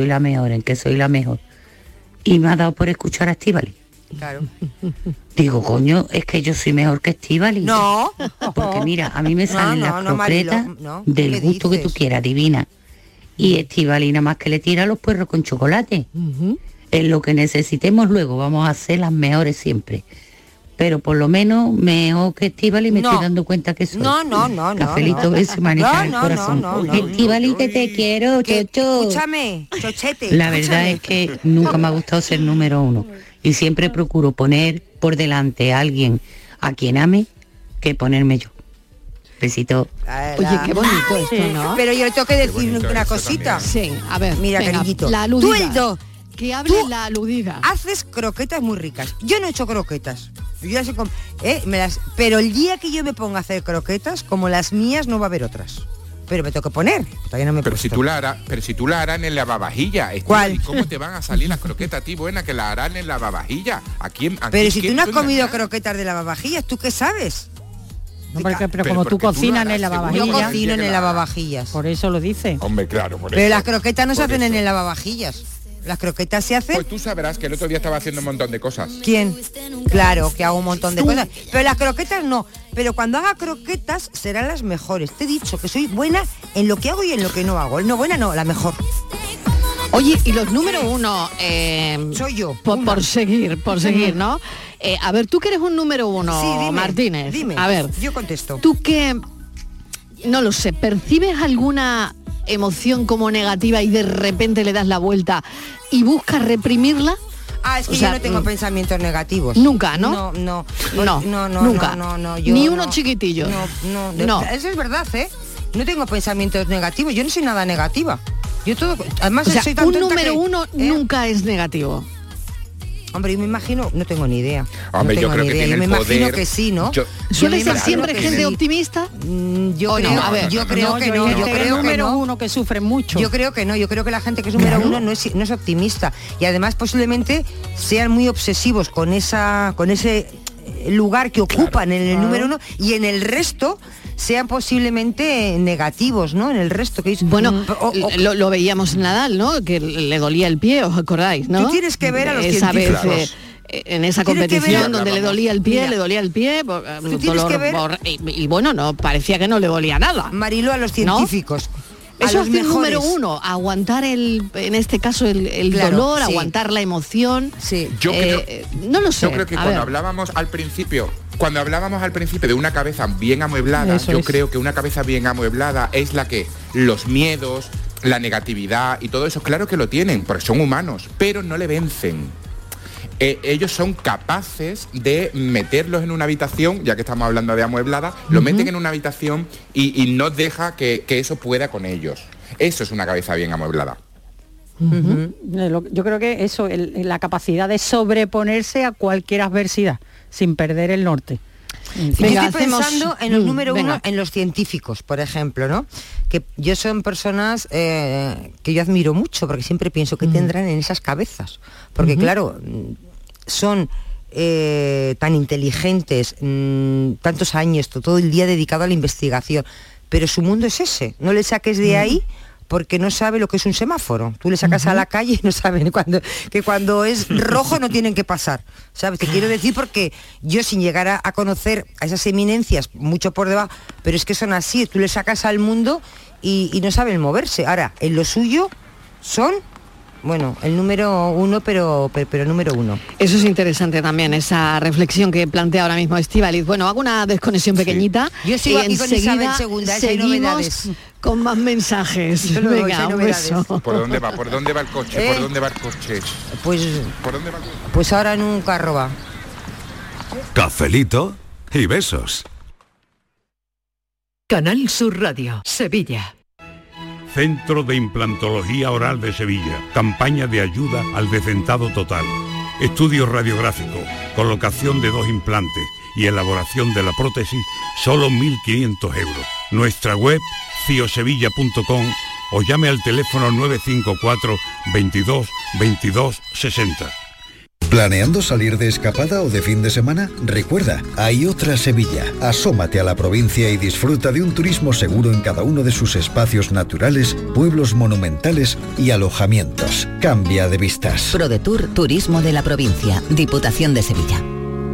Y me ha dado por escuchar a Estíbaliz. Claro. Digo, coño, es que yo soy mejor que Estíbaliz. No. Porque mira, a mí me salen las croquetas del gusto que tú quieras, divina. Y Estíbaliz nada más que le tira los puerros con chocolate. En lo que necesitemos luego, vamos a hacer las mejores siempre. Pero por lo menos mejor que Estíbaliz me estoy dando cuenta que soy. No. Cafelito, beso y manita en el corazón. Estíbaliz, que te quiero, chocho. Escúchame, chochete. La verdad es que nunca me ha gustado ser número 1. Y siempre procuro poner por delante a alguien a quien ame que ponerme yo. Besito. Oye, qué bonito esto, ¿no? Pero yo le tengo que decir una cosita. Sí, a ver. Mira, cariñito. La aludida. Que hable la aludida. Haces croquetas muy ricas. Yo no he hecho croquetas. Yo ya sé pero el día que yo me ponga a hacer croquetas, como las mías, no va a haber otras. Pero me tengo que poner. Todavía no me pero si tú la harás en el lavavajilla. ¿Cuál? ¿Y cómo te van a salir las croquetas a ti buena que la harán en la lavavajilla? Pero si tú no has comido croquetas de lavavajillas, ¿tú qué sabes? No, pero como tú cocinas en el lavavajillas. Yo cocino en el lavavajillas. Por eso lo dice. Hombre, claro, por eso. Pero las croquetas no se hacen en el lavavajillas. Las croquetas se hacen... Pues tú sabrás que el otro día estaba haciendo un montón de cosas. ¿Quién? Claro, que hago un montón de cosas. Pero las croquetas no. Pero cuando haga croquetas serán las mejores. Te he dicho que soy buena en lo que hago y en lo que no hago. No buena, no, la mejor. Oye, y los número 1... soy yo. Por seguir, ¿no? A ver, tú que eres un número 1, sí, dime, Martínez. Dime, a ver, yo contesto. Tú que... No lo sé, ¿percibes alguna emoción como negativa y de repente le das la vuelta y buscas reprimirla? Es que yo no tengo pensamientos negativos. Nunca, ¿no? No, nunca. No, ni uno chiquitillo. No. Eso es verdad, ¿eh? No tengo pensamientos negativos. Yo no soy nada negativa. Yo todo. Además, soy tan un número 1 nunca es negativo. Hombre, yo me imagino, no tengo ni idea. Hombre, yo creo que tiene el poder. Imagino que sí, ¿no? ¿Suele ser siempre gente optimista? Yo creo que no. Yo creo que número 1 que sufre mucho. Yo creo que no. Yo creo que la gente que es número 1 no es optimista. Y además posiblemente sean muy obsesivos con ese lugar que ocupan en el número 1 y en el resto sean posiblemente negativos, ¿no? En el resto que es... Bueno, lo veíamos en Nadal, ¿no? Que le dolía el pie, ¿os acordáis, no? Tú tienes que ver a los esa científicos. Vez, en esa competición donde le dolía el pie, dolor, y bueno, no, parecía que no le dolía nada. Mariló, a los científicos. Eso los es el mejores. número uno, aguantar en este caso el Claro, dolor, sí. aguantar la emoción. Sí. Yo creo, no lo sé. Yo creo que a cuando ver. hablábamos al principio de una cabeza bien amueblada, Eso yo es. creo que una cabeza bien amueblada es la que los miedos, la negatividad y todo eso, claro que lo tienen, porque son humanos, pero no le vencen. Ellos son capaces de meterlos en una habitación, ya que estamos hablando de amueblada, lo meten en una habitación y no deja que eso pueda con ellos. Eso es una cabeza bien amueblada. Yo creo que eso, la capacidad de sobreponerse a cualquier adversidad sin perder el norte. Venga, estoy pensando en el número uno, en los científicos, por ejemplo, ¿no? Que yo son personas que yo admiro mucho, porque siempre pienso que tendrán en esas cabezas. Porque claro, son tan inteligentes, tantos años, todo el día dedicado a la investigación, pero su mundo es ese, no le saques de ahí porque no sabe lo que es un semáforo. Tú le sacas a la calle y no saben que cuando es rojo no tienen que pasar, ¿sabes? Te quiero decir porque yo, sin llegar a conocer a esas eminencias, mucho por debajo, pero es que son así, tú le sacas al mundo y no saben moverse. Ahora, en lo suyo son... Bueno, el número uno, pero número uno. Eso es interesante también, esa reflexión que plantea ahora mismo Estíbaliz. Bueno, hago una desconexión pequeñita. Yo sigo aquí con Isabel II, hay novedades. Con más mensajes. Venga, un beso. ¿Por dónde va? ¿Por dónde va el coche? ¿Por dónde va el coche? Pues, ¿por dónde va el coche? Pues ahora en un carro va. Cafelito y besos. Canal Sur Radio, Sevilla. Centro de Implantología Oral de Sevilla. Campaña de ayuda al decentado total. Estudio radiográfico, colocación de 2 implantes y elaboración de la prótesis, solo 1.500 euros. Nuestra web, ciosevilla.com, o llame al teléfono 954 22 22 60. ¿Planeando salir de escapada o de fin de semana? Recuerda, hay otra Sevilla. Asómate a la provincia y disfruta de un turismo seguro en cada uno de sus espacios naturales, pueblos monumentales y alojamientos. Cambia de vistas. ProDetour Turismo de la Provincia, Diputación de Sevilla.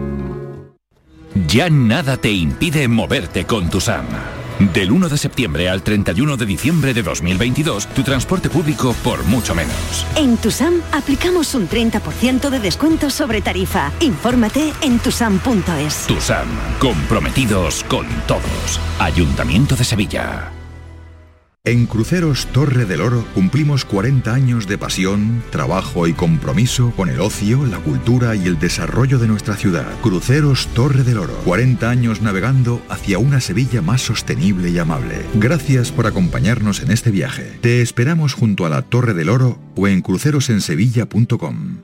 Ya nada te impide moverte con Tusam. Del 1 de septiembre al 31 de diciembre de 2022, tu transporte público por mucho menos. En Tusam aplicamos un 30% de descuento sobre tarifa. Infórmate en tusam.es. Tusam, comprometidos con todos. Ayuntamiento de Sevilla. En Cruceros Torre del Oro cumplimos 40 años de pasión, trabajo y compromiso con el ocio, la cultura y el desarrollo de nuestra ciudad. Cruceros Torre del Oro, 40 años navegando hacia una Sevilla más sostenible y amable. Gracias por acompañarnos en este viaje. Te esperamos junto a la Torre del Oro o en crucerosensevilla.com.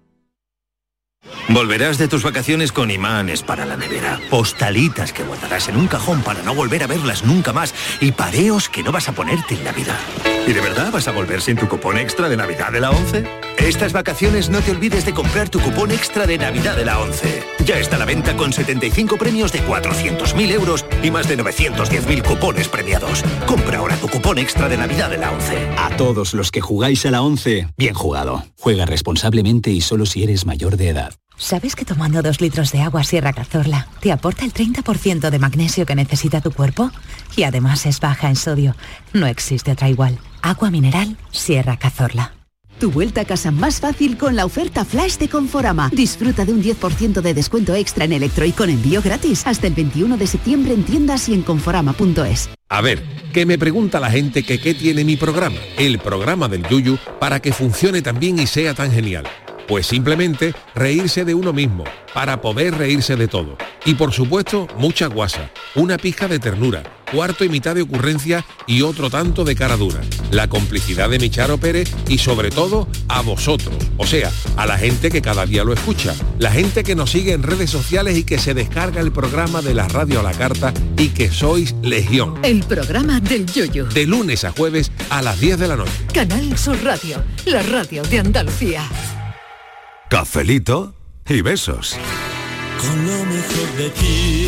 Volverás de tus vacaciones con imanes para la nevera, postalitas que guardarás en un cajón para no volver a verlas nunca más y pareos que no vas a ponerte en Navidad. ¿Y de verdad vas a volver sin tu cupón extra de Navidad de la 11? Estas vacaciones no te olvides de comprar tu cupón extra de Navidad de la 11. Ya está a la venta con 75 premios de 400.000 euros y más de 910.000 cupones premiados. Compra ahora tu cupón extra de Navidad de la 11. A todos los que jugáis a la 11, bien jugado. Juega responsablemente y solo si eres mayor de edad. ¿Sabes que tomando 2 litros de agua Sierra Cazorla te aporta el 30% de magnesio que necesita tu cuerpo? Y además es baja en sodio. No existe otra igual. Agua mineral Sierra Cazorla. Tu vuelta a casa más fácil con la oferta Flash de Conforama. Disfruta de un 10% de descuento extra en electro y con envío gratis hasta el 21 de septiembre en tiendas y en conforama.es. A ver, que me pregunta la gente que qué tiene mi programa, el programa del Yuyu, para que funcione tan bien y sea tan genial. Pues simplemente reírse de uno mismo, para poder reírse de todo. Y por supuesto, mucha guasa, una pizca de ternura, cuarto y mitad de ocurrencia y otro tanto de cara dura. La complicidad de mi Charo Pérez y sobre todo a vosotros, o sea, a la gente que cada día lo escucha, la gente que nos sigue en redes sociales y que se descarga el programa de la radio a la carta y que sois legión. El programa del Yoyo. De lunes a jueves a las 10 de la noche. Canal Sur Radio, la radio de Andalucía. Cafelito y besos. Con lo mejor de ti.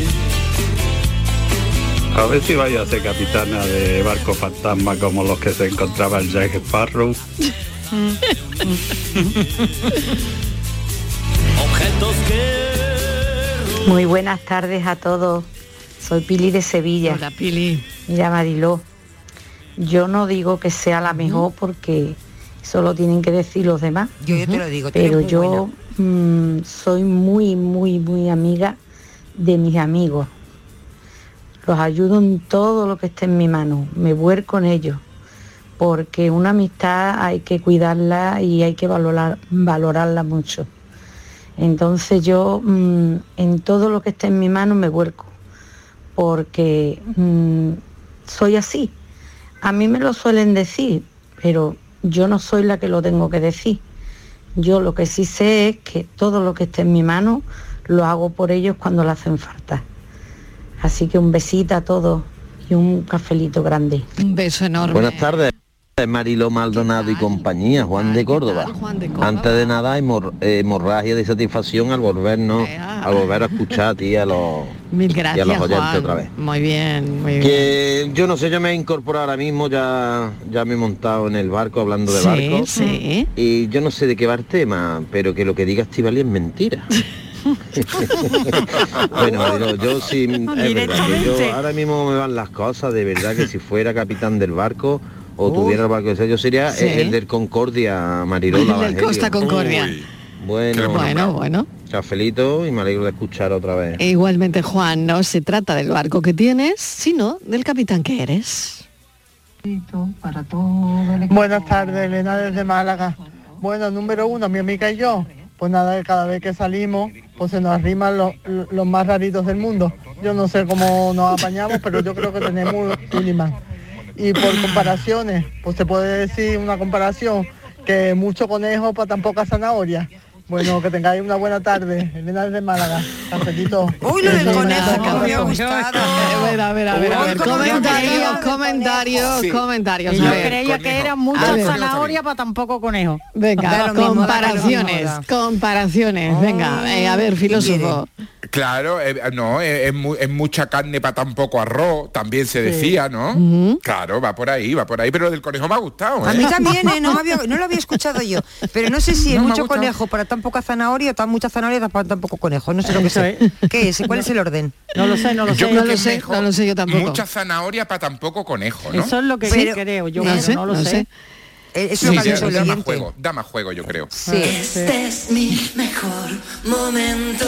A ver si vaya a ser capitana de barco fantasma como los que se encontraba el Jack Sparrow. Objetos que... Muy buenas tardes a todos. Soy Pili de Sevilla. Hola, Pili. Mira, Mariló, Yo no digo que sea la mejor porque eso lo tienen que decir los demás. Yo te lo digo, pero yo soy muy, muy, muy amiga de mis amigos. Los ayudo en todo lo que esté en mi mano, me vuelco en ellos, porque una amistad hay que cuidarla y hay que valorarla mucho. Entonces yo en todo lo que esté en mi mano me vuelco, porque soy así. A mí me lo suelen decir, pero yo no soy la que lo tengo que decir. Yo lo que sí sé es que todo lo que esté en mi mano lo hago por ellos cuando le hacen falta. Así que un besito a todos y un cafelito grande. Un beso enorme. Buenas tardes, Mariló Maldonado y compañía, Juan de Córdoba. Antes de nada, hemorragia de satisfacción al volver a escuchar a ti a los, Mil gracias, y a los oyentes Juan. otra vez. Muy bien, muy bien. Que yo no sé, yo me he incorporado ahora mismo, ya me he montado en el barco hablando de barcos. Sí. Y yo no sé de qué va el tema, pero que lo que diga Estíbaliz es mentira. Bueno, yo sí, es verdad que yo ahora mismo me van las cosas, de verdad que si fuera capitán del barco o tuviera el barco, yo sería el del Concordia, Marilola. El del Costa Concordia. Bueno. Cafelito y me alegro de escuchar otra vez. E igualmente, Juan, no se trata del barco que tienes, sino del capitán que eres. Buenas tardes, Elena desde Málaga. Bueno, número 1, mi amiga y yo. Pues nada, cada vez que salimos, pues se nos arriman los más raritos del mundo. Yo no sé cómo nos apañamos, pero yo creo que tenemos un imán. Y por comparaciones, pues se puede decir una comparación, que mucho conejo para tan poca zanahoria. Bueno, que tengáis una buena tarde. Elena de Málaga. Cafelito. Uy, lo del conejo, me ha gustado. A ver. Comentarios. Yo creía que era mucha zanahoria para tan poco conejo. Venga, comparaciones. Venga, a ver, filósofo. Claro, es mucha carne para tan poco arroz, también se decía, ¿no? Claro, va por ahí, pero del conejo me ha gustado. A mí también, no lo había escuchado yo, pero no sé si es mucho conejo para tan poca zanahoria o tan mucha zanahoria para tan poco conejo, no sé lo que sé. ¿Qué es? ¿Cuál es el orden? No lo sé. No lo sé yo tampoco. Mucha zanahoria para tan poco conejo, ¿no? Eso es lo que creo yo, no lo sé. Eso es lo que ha dicho el oyente. Da más juego, yo creo. Sí. Este es mi mejor momento.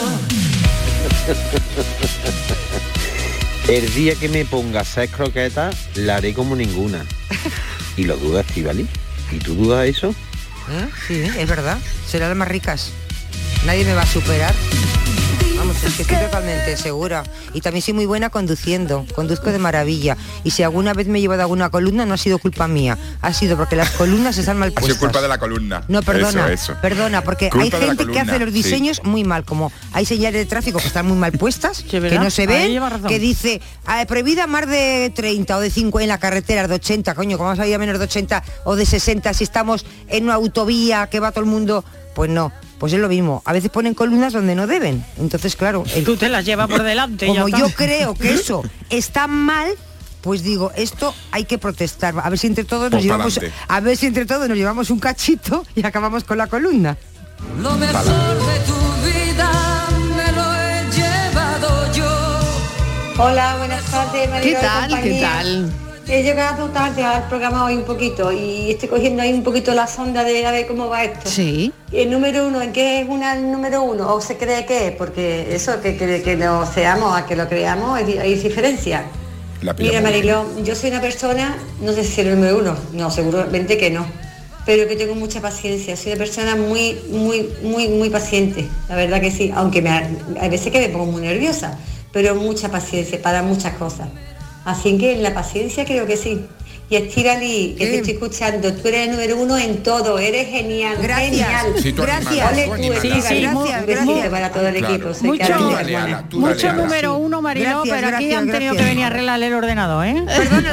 El día que me ponga a hacer croquetas, la haré como ninguna. ¿Y lo dudas, Estíbaliz? ¿Y tú dudas eso? Sí, es verdad. Serán las más ricas. Nadie me va a superar. Vamos, es que estoy totalmente segura. Y también soy muy buena conduciendo. Conduzco de maravilla. Y si alguna vez me he llevado alguna columna, no ha sido culpa mía. Ha sido porque las columnas están mal puestas. Ha sido culpa de la columna. No, perdona. Eso. Perdona, porque culpa hay gente que hace los diseños muy mal. Como hay señales de tráfico que están muy mal puestas, que no se ven, que dice prohibida más de 30 o de 5 en la carretera, de 80, coño, ¿cómo vas a ir a menos de 80 o de 60 si estamos en una autovía que va todo el mundo? Pues no. Pues es lo mismo, a veces ponen columnas donde no deben. Entonces, claro, tú te las llevas por delante. Como yo creo que eso está mal, pues digo, esto hay que protestar. A ver si entre todos nos llevamos un cachito y acabamos con la columna. Lo mejor de tu vida me lo he llevado yo. Hola, buenas tardes, María. ¿Qué tal? He llegado tarde al programa hoy un poquito y estoy cogiendo ahí un poquito la sonda de a ver cómo va esto. Sí. El número 1, ¿en qué es el número 1? ¿O se cree que es? Porque eso, que lo seamos a que lo creamos, hay diferencia. Mira, Mariló, yo soy una persona, no sé si el número 1, no, seguramente que no, pero que tengo mucha paciencia. Soy una persona muy paciente, la verdad que sí, aunque hay veces que me pongo muy nerviosa, pero mucha paciencia para muchas cosas. Así que en la paciencia creo que sí. Y Estíbaliz, que te estoy escuchando, tú eres el número 1 en todo, eres genial. Gracias. Genial. Sí, gracias. Gracias para todo el equipo. Mucho número 1, Mariló, pero aquí han tenido que venir a arreglar el ordenador, ¿eh?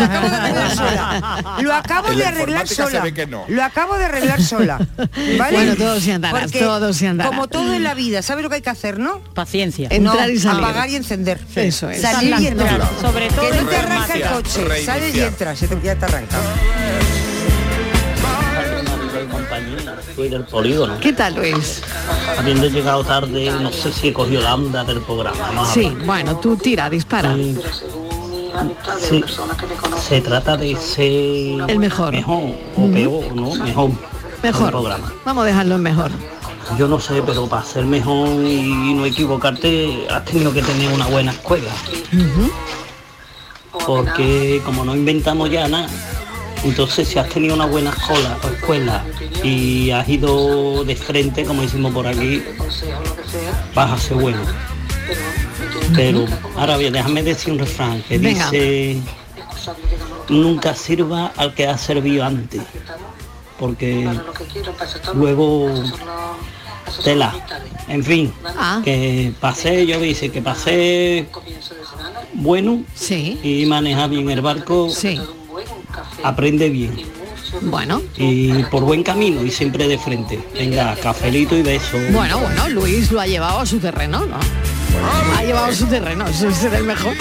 Perdona, lo acabo de arreglar sola. Lo acabo de arreglar sola. ¿Vale? Bueno, todos se andarán, todos se andarán. Como todo en la vida, ¿sabes lo que hay que hacer, no? Paciencia. Entrar y salir. Apagar y encender. Eso es. Salir y entrar. Sobre todo que no te arranca el coche. Sales y entras, ya te arranca. Soy del Polígono. ¿Qué tal, Luis? Habiendo llegado tarde, no sé si he cogido la onda del programa. Sí, bueno, tú tira, dispara. Sí, se trata de ser el mejor o peor, ¿no? Mejor programa. Vamos a dejarlo en mejor. Yo no sé, pero para ser mejor y no equivocarte has tenido que tener una buena escuela. Porque como no inventamos ya nada, entonces si has tenido una buena escuela y has ido de frente, como decimos por aquí, vas a ser bueno. Pero ahora bien, déjame decir un refrán que dice: nunca sirva al que ha servido antes, porque luego tela. En fin, que pasé bueno y manejar bien el barco, aprende bien. Bueno. Y por buen camino y siempre de frente. Venga, cafelito y beso. Bueno, Luis lo ha llevado a su terreno, ¿no? Ha llevado a su terreno, eso es el mejor.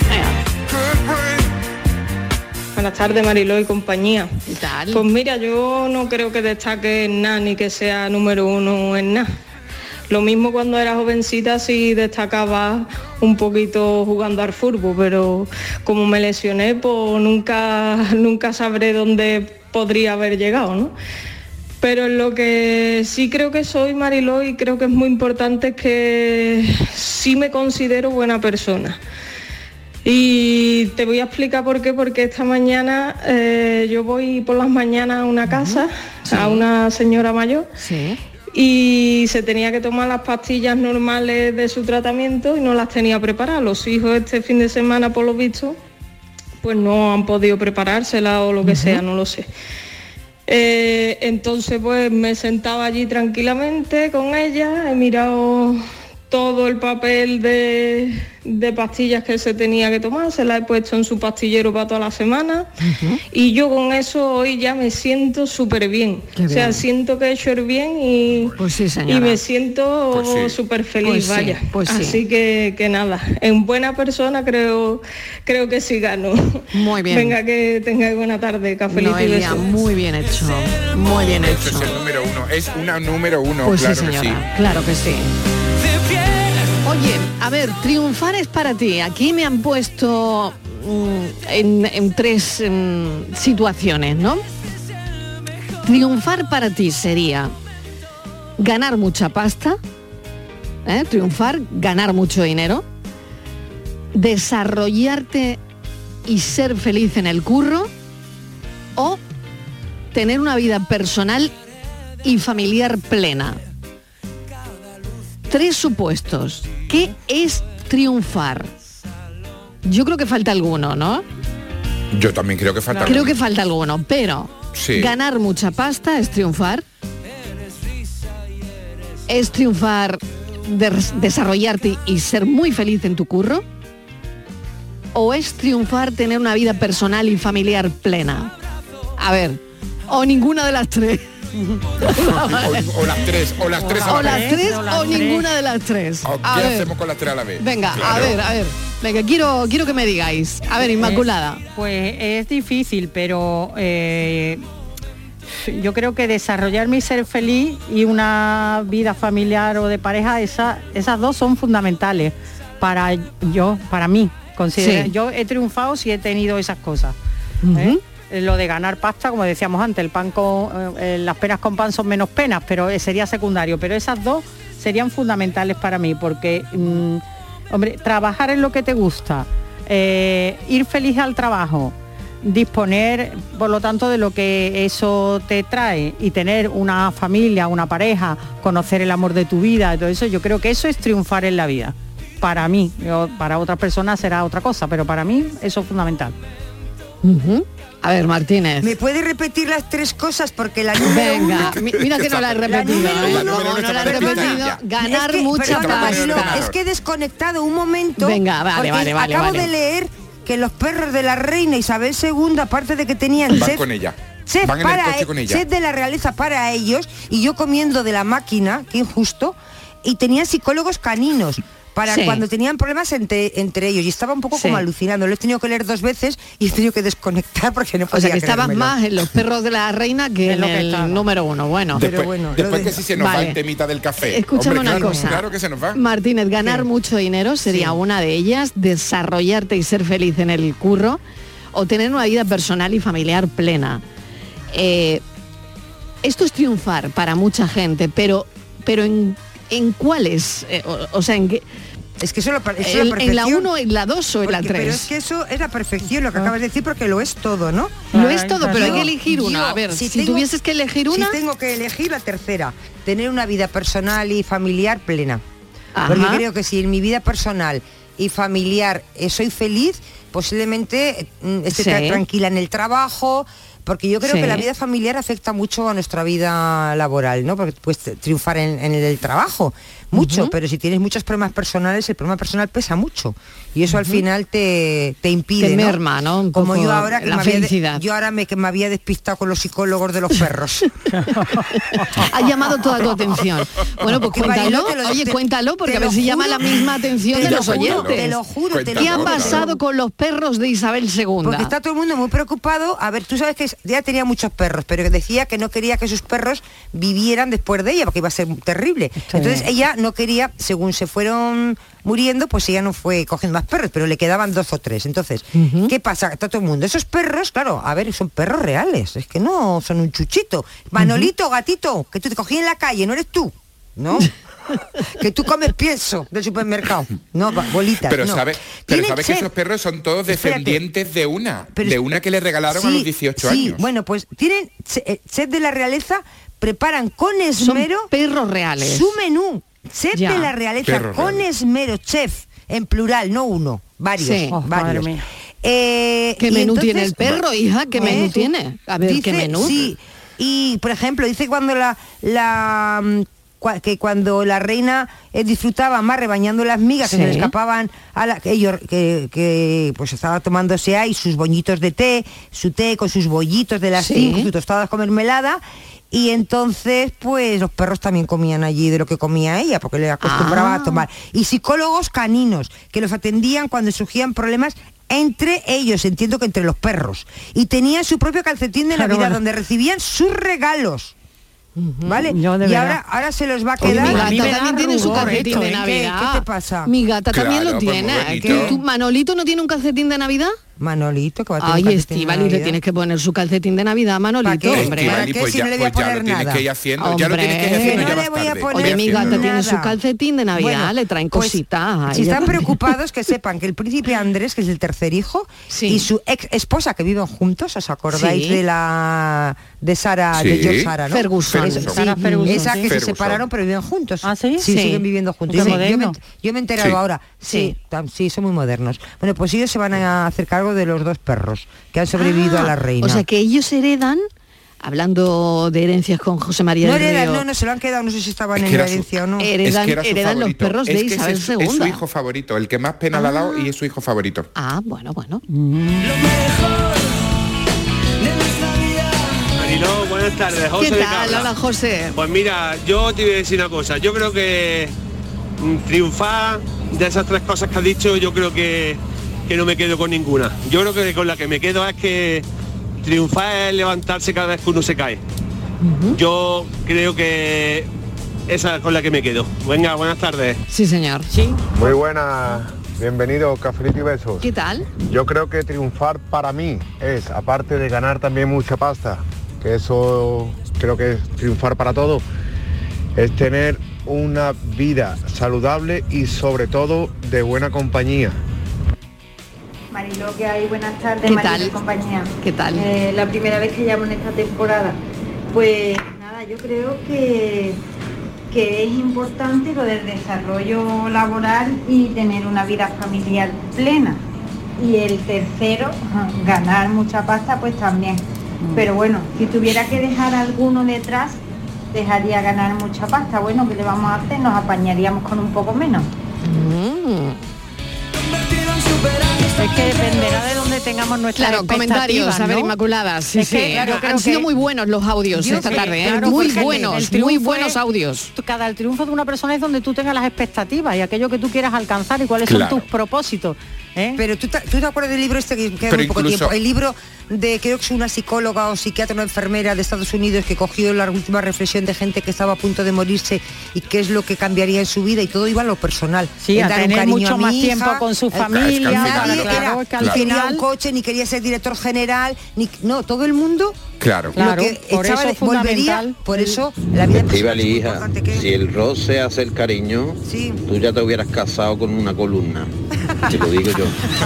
Buenas tardes, Mariló y compañía. ¿Qué tal? Pues mira, yo no creo que destaque en nada ni que sea número uno en nada. Lo mismo cuando era jovencita sí destacaba un poquito jugando al fútbol, pero como me lesioné, pues nunca sabré dónde podría haber llegado, ¿no? Pero en lo que sí creo que soy, Mariló, y creo que es muy importante, es que sí me considero buena persona. Y te voy a explicar por qué, porque esta mañana yo voy por las mañanas a una casa, a una señora mayor, y se tenía que tomar las pastillas normales de su tratamiento y no las tenía preparadas. Los hijos este fin de semana, por lo visto, pues no han podido preparárselas o lo que sea, no lo sé. Entonces pues me sentaba allí tranquilamente con ella, he mirado todo el papel de pastillas que se tenía que tomar, se las he puesto en su pastillero para toda la semana y yo con eso hoy ya me siento súper bien. O sea, siento que he hecho el bien y, y me siento súper feliz, vaya. Así que nada, en buena persona creo que sí gano. Muy bien. Venga, que tengáis buena tarde, cafelito y besos. Muy bien hecho, muy bien hecho. Es el número uno, es una número uno, pues claro sí, señora, que sí. Claro que sí. Oye, a ver, triunfar es para ti. Aquí me han puesto en tres situaciones, ¿no? Triunfar para ti sería ganar mucha pasta, triunfar, ganar mucho dinero, desarrollarte y ser feliz en el curro, o tener una vida personal y familiar plena. Tres supuestos. ¿Qué es triunfar? Yo creo que falta alguno, ¿no? Yo también creo que falta alguno. Creo que falta alguno, pero ganar mucha pasta es triunfar. Es triunfar, desarrollarte y ser muy feliz en tu curro. ¿O es triunfar tener una vida personal y familiar plena? A ver, o ninguna de las tres. o las tres a la vez. O las tres o ninguna de las tres. ¿Qué hacemos con las tres a la vez? Venga, claro. a ver. Venga, quiero que me digáis. A ver, Inmaculada. Pues es difícil, pero yo creo que desarrollarme y ser feliz y una vida familiar o de pareja, esas dos son fundamentales para mí. Yo he triunfado si he tenido esas cosas. Lo de ganar pasta, como decíamos antes, el pan las penas con pan son menos penas, pero sería secundario. Pero esas dos serían fundamentales para mí, porque, hombre, trabajar en lo que te gusta, ir feliz al trabajo, disponer, por lo tanto, de lo que eso te trae y tener una familia, una pareja, conocer el amor de tu vida, todo eso, yo creo que eso es triunfar en la vida. Para mí, para otras personas será otra cosa, pero para mí eso es fundamental. A ver, Martínez. ¿Me puede repetir las tres cosas? Porque la número Venga, mira que no la he repetido. No la he repetido. Ganar mucha pasta. Es que he desconectado un momento. Venga, vale. Acabo de leer que los perros de la reina Isabel II, aparte de que tenían van con ella. Chef de la realeza para ellos, y yo comiendo de la máquina, qué injusto, y tenían psicólogos caninos. para cuando tenían problemas entre ellos, y estaba un poco como alucinando. Lo he tenido que leer 2 veces y he tenido que desconectar porque no podía. O sea, que estabas más en Los perros de la reina que en el número 1. Bueno, después que si se nos va el temita del café. Escúchame una cosa. Claro que se nos va. Martínez, ganar mucho dinero sería una de ellas, desarrollarte y ser feliz en el curro, o tener una vida personal y familiar plena. Esto es triunfar para mucha gente, pero ¿en cuáles? O sea, ¿en qué? Es que eso es la perfección. ¿En la 1, en la 2 o en la 3? Pero es que eso es la perfección, lo que acabas de decir, porque lo es todo, ¿no? Lo es todo, pero hay que elegir una. A ver, si tuvieses que elegir una... Si tengo que elegir la tercera, tener una vida personal y familiar plena. Ajá. Porque creo que si en mi vida personal y familiar soy feliz, posiblemente esté tranquila en el trabajo, porque yo creo que la vida familiar afecta mucho a nuestra vida laboral, ¿no? Porque puedes triunfar en el trabajo mucho, pero si tienes muchos problemas personales, el problema personal pesa mucho y eso al final te impide, te merma, ¿no? Un como poco yo ahora que la felicidad. Yo ahora que me había despistado con los psicólogos de los perros. Ha llamado toda tu atención. Bueno, pues cuéntalo, cuéntalo, porque a ver si llama la misma atención de los oyentes. Te lo juro. ¿Qué ha pasado con los perros de Isabel II? Porque está todo el mundo muy preocupado. A ver, tú sabes que ya tenía muchos perros, pero decía que no quería que sus perros vivieran después de ella, porque iba a ser terrible. Entonces ella no quería, según se fueron muriendo, pues ella no fue cogiendo más perros, pero le quedaban 2 o 3. Entonces, ¿qué pasa? Está todo el mundo. Esos perros, claro, a ver, son perros reales, es que no son un chuchito. Manolito, gatito, que tú te cogí en la calle, no eres tú, ¿no? Que tú comes pienso del supermercado, no, bolitas. Pero no. sabes que esos perros son todos descendientes de una que le regalaron a los 18 años. Bueno, pues tienen chef de la realeza, preparan con esmero. Son perros reales. Su menú, chef de la realeza, perros con reales. Esmero, chef, en plural, no uno, varios. Sí. Varios. ¿Qué menú tiene el perro, hija? ¿Qué menú tiene? A ver, ¿qué menú? Sí, y por ejemplo, dice cuando que cuando la reina disfrutaba más rebañando las migas que se le escapaban a ellos que pues estaba tomándose ahí sus boñitos de té, su té con sus bollitos de las 5, sus tostadas con mermelada, y entonces pues los perros también comían allí de lo que comía ella, porque le acostumbraba a tomar. Y psicólogos caninos que los atendían cuando surgían problemas entre ellos, entiendo que entre los perros, y tenían su propio calcetín de Navidad donde recibían sus regalos. ¿Vale? Y ahora se los va a quedar. Mi gata también tiene su calcetín de Navidad. ¿Qué te pasa? Mi gata también lo tiene. ¿Tu Manolito no tiene un calcetín de Navidad? Manolito, que va a tener Ay, Estíbaliz, le tienes que poner su calcetín de Navidad, Manolito, hombre. ¿Para qué? Pues si no le voy a poner nada. Ya lo tienes que ir haciendo, no le voy a poner. Oye, mi gata tiene su calcetín de Navidad, le traen cositas. Si están preocupados, que sepan que el príncipe Andrés, que es el tercer hijo, y su ex esposa, que viven juntos, ¿os acordáis de Sara, de George Sara, ¿no? Ferguson. Sara Ferguson. Esa que se separaron, pero viven juntos. ¿Ah, sí? Sí, siguen viviendo juntos. Yo me he enterado ahora. Sí, son muy modernos. Bueno, pues ellos se van a hacer cargo de los 2 perros que han sobrevivido a la reina. O sea, que ellos heredan, hablando de herencias con José María del Río. No, se lo han quedado, no sé si estaban en la herencia o no. Heredan los perros de Isabel II. Es su hijo favorito, el que más pena le ha dado, y es su hijo favorito. Ah, bueno. Mariló, buenas tardes, José. ¿Qué tal? Hola, José. Pues mira, yo te voy a decir una cosa. Yo creo que triunfar de esas 3 cosas que has dicho, yo creo que no me quedo con ninguna. Yo creo que con la que me quedo es que triunfar es levantarse cada vez que uno se cae. Yo creo que esa es con la que me quedo. Venga, buenas tardes. Sí, señor. Sí. Muy buenas. Bienvenido, cafelito y besos. ¿Qué tal? Yo creo que triunfar para mí es, aparte de ganar también mucha pasta, que eso creo que es triunfar para todo, es tener una vida saludable y sobre todo de buena compañía. Mariló, que hay, buenas tardes. ¿Qué Mariló tal? Y compañía. ¿Qué tal? La primera vez que llamo en esta temporada. Pues nada, yo creo que es importante lo del desarrollo laboral y tener una vida familiar plena. Y el tercero, ganar mucha pasta, pues también. Pero bueno, si tuviera que dejar alguno detrás, dejaría ganar mucha pasta. Bueno, ¿qué le vamos a hacer? Nos apañaríamos con un poco menos. Es que dependerá de dónde tengamos nuestras comentarios, a ver, Inmaculada. Sí, sí. Claro, han sido muy buenos los audios esta tarde, claro, muy buenos audios. El triunfo de una persona es donde tú tengas las expectativas y aquello que tú quieras alcanzar y cuáles son tus propósitos. Pero ¿tú te acuerdas del libro este que queda muy poco tiempo? El libro de, creo que es una psicóloga o psiquiatra, una enfermera de Estados Unidos que cogió la última reflexión de gente que estaba a punto de morirse y qué es lo que cambiaría en su vida, y todo iba a lo personal. Sí, a tener mucho más tiempo con su familia. Al final un coche, ni quería ser director general, no, todo el mundo. Claro, por eso es fundamental. Por eso la vida es hija, si el roce hace el cariño, tú ya te hubieras casado con una columna. Te lo digo yo.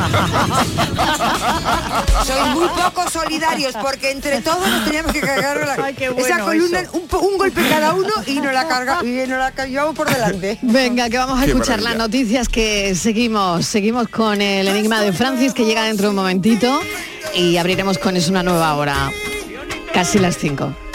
Sois muy poco solidarios porque entre todos nos teníamos que cargar esa columna, un golpe cada uno y nos la llevamos por delante. Venga, que vamos a escuchar las noticias, que seguimos con el enigma de Francis, que llega dentro de un momentito y abriremos con eso una nueva hora. Casi las 5.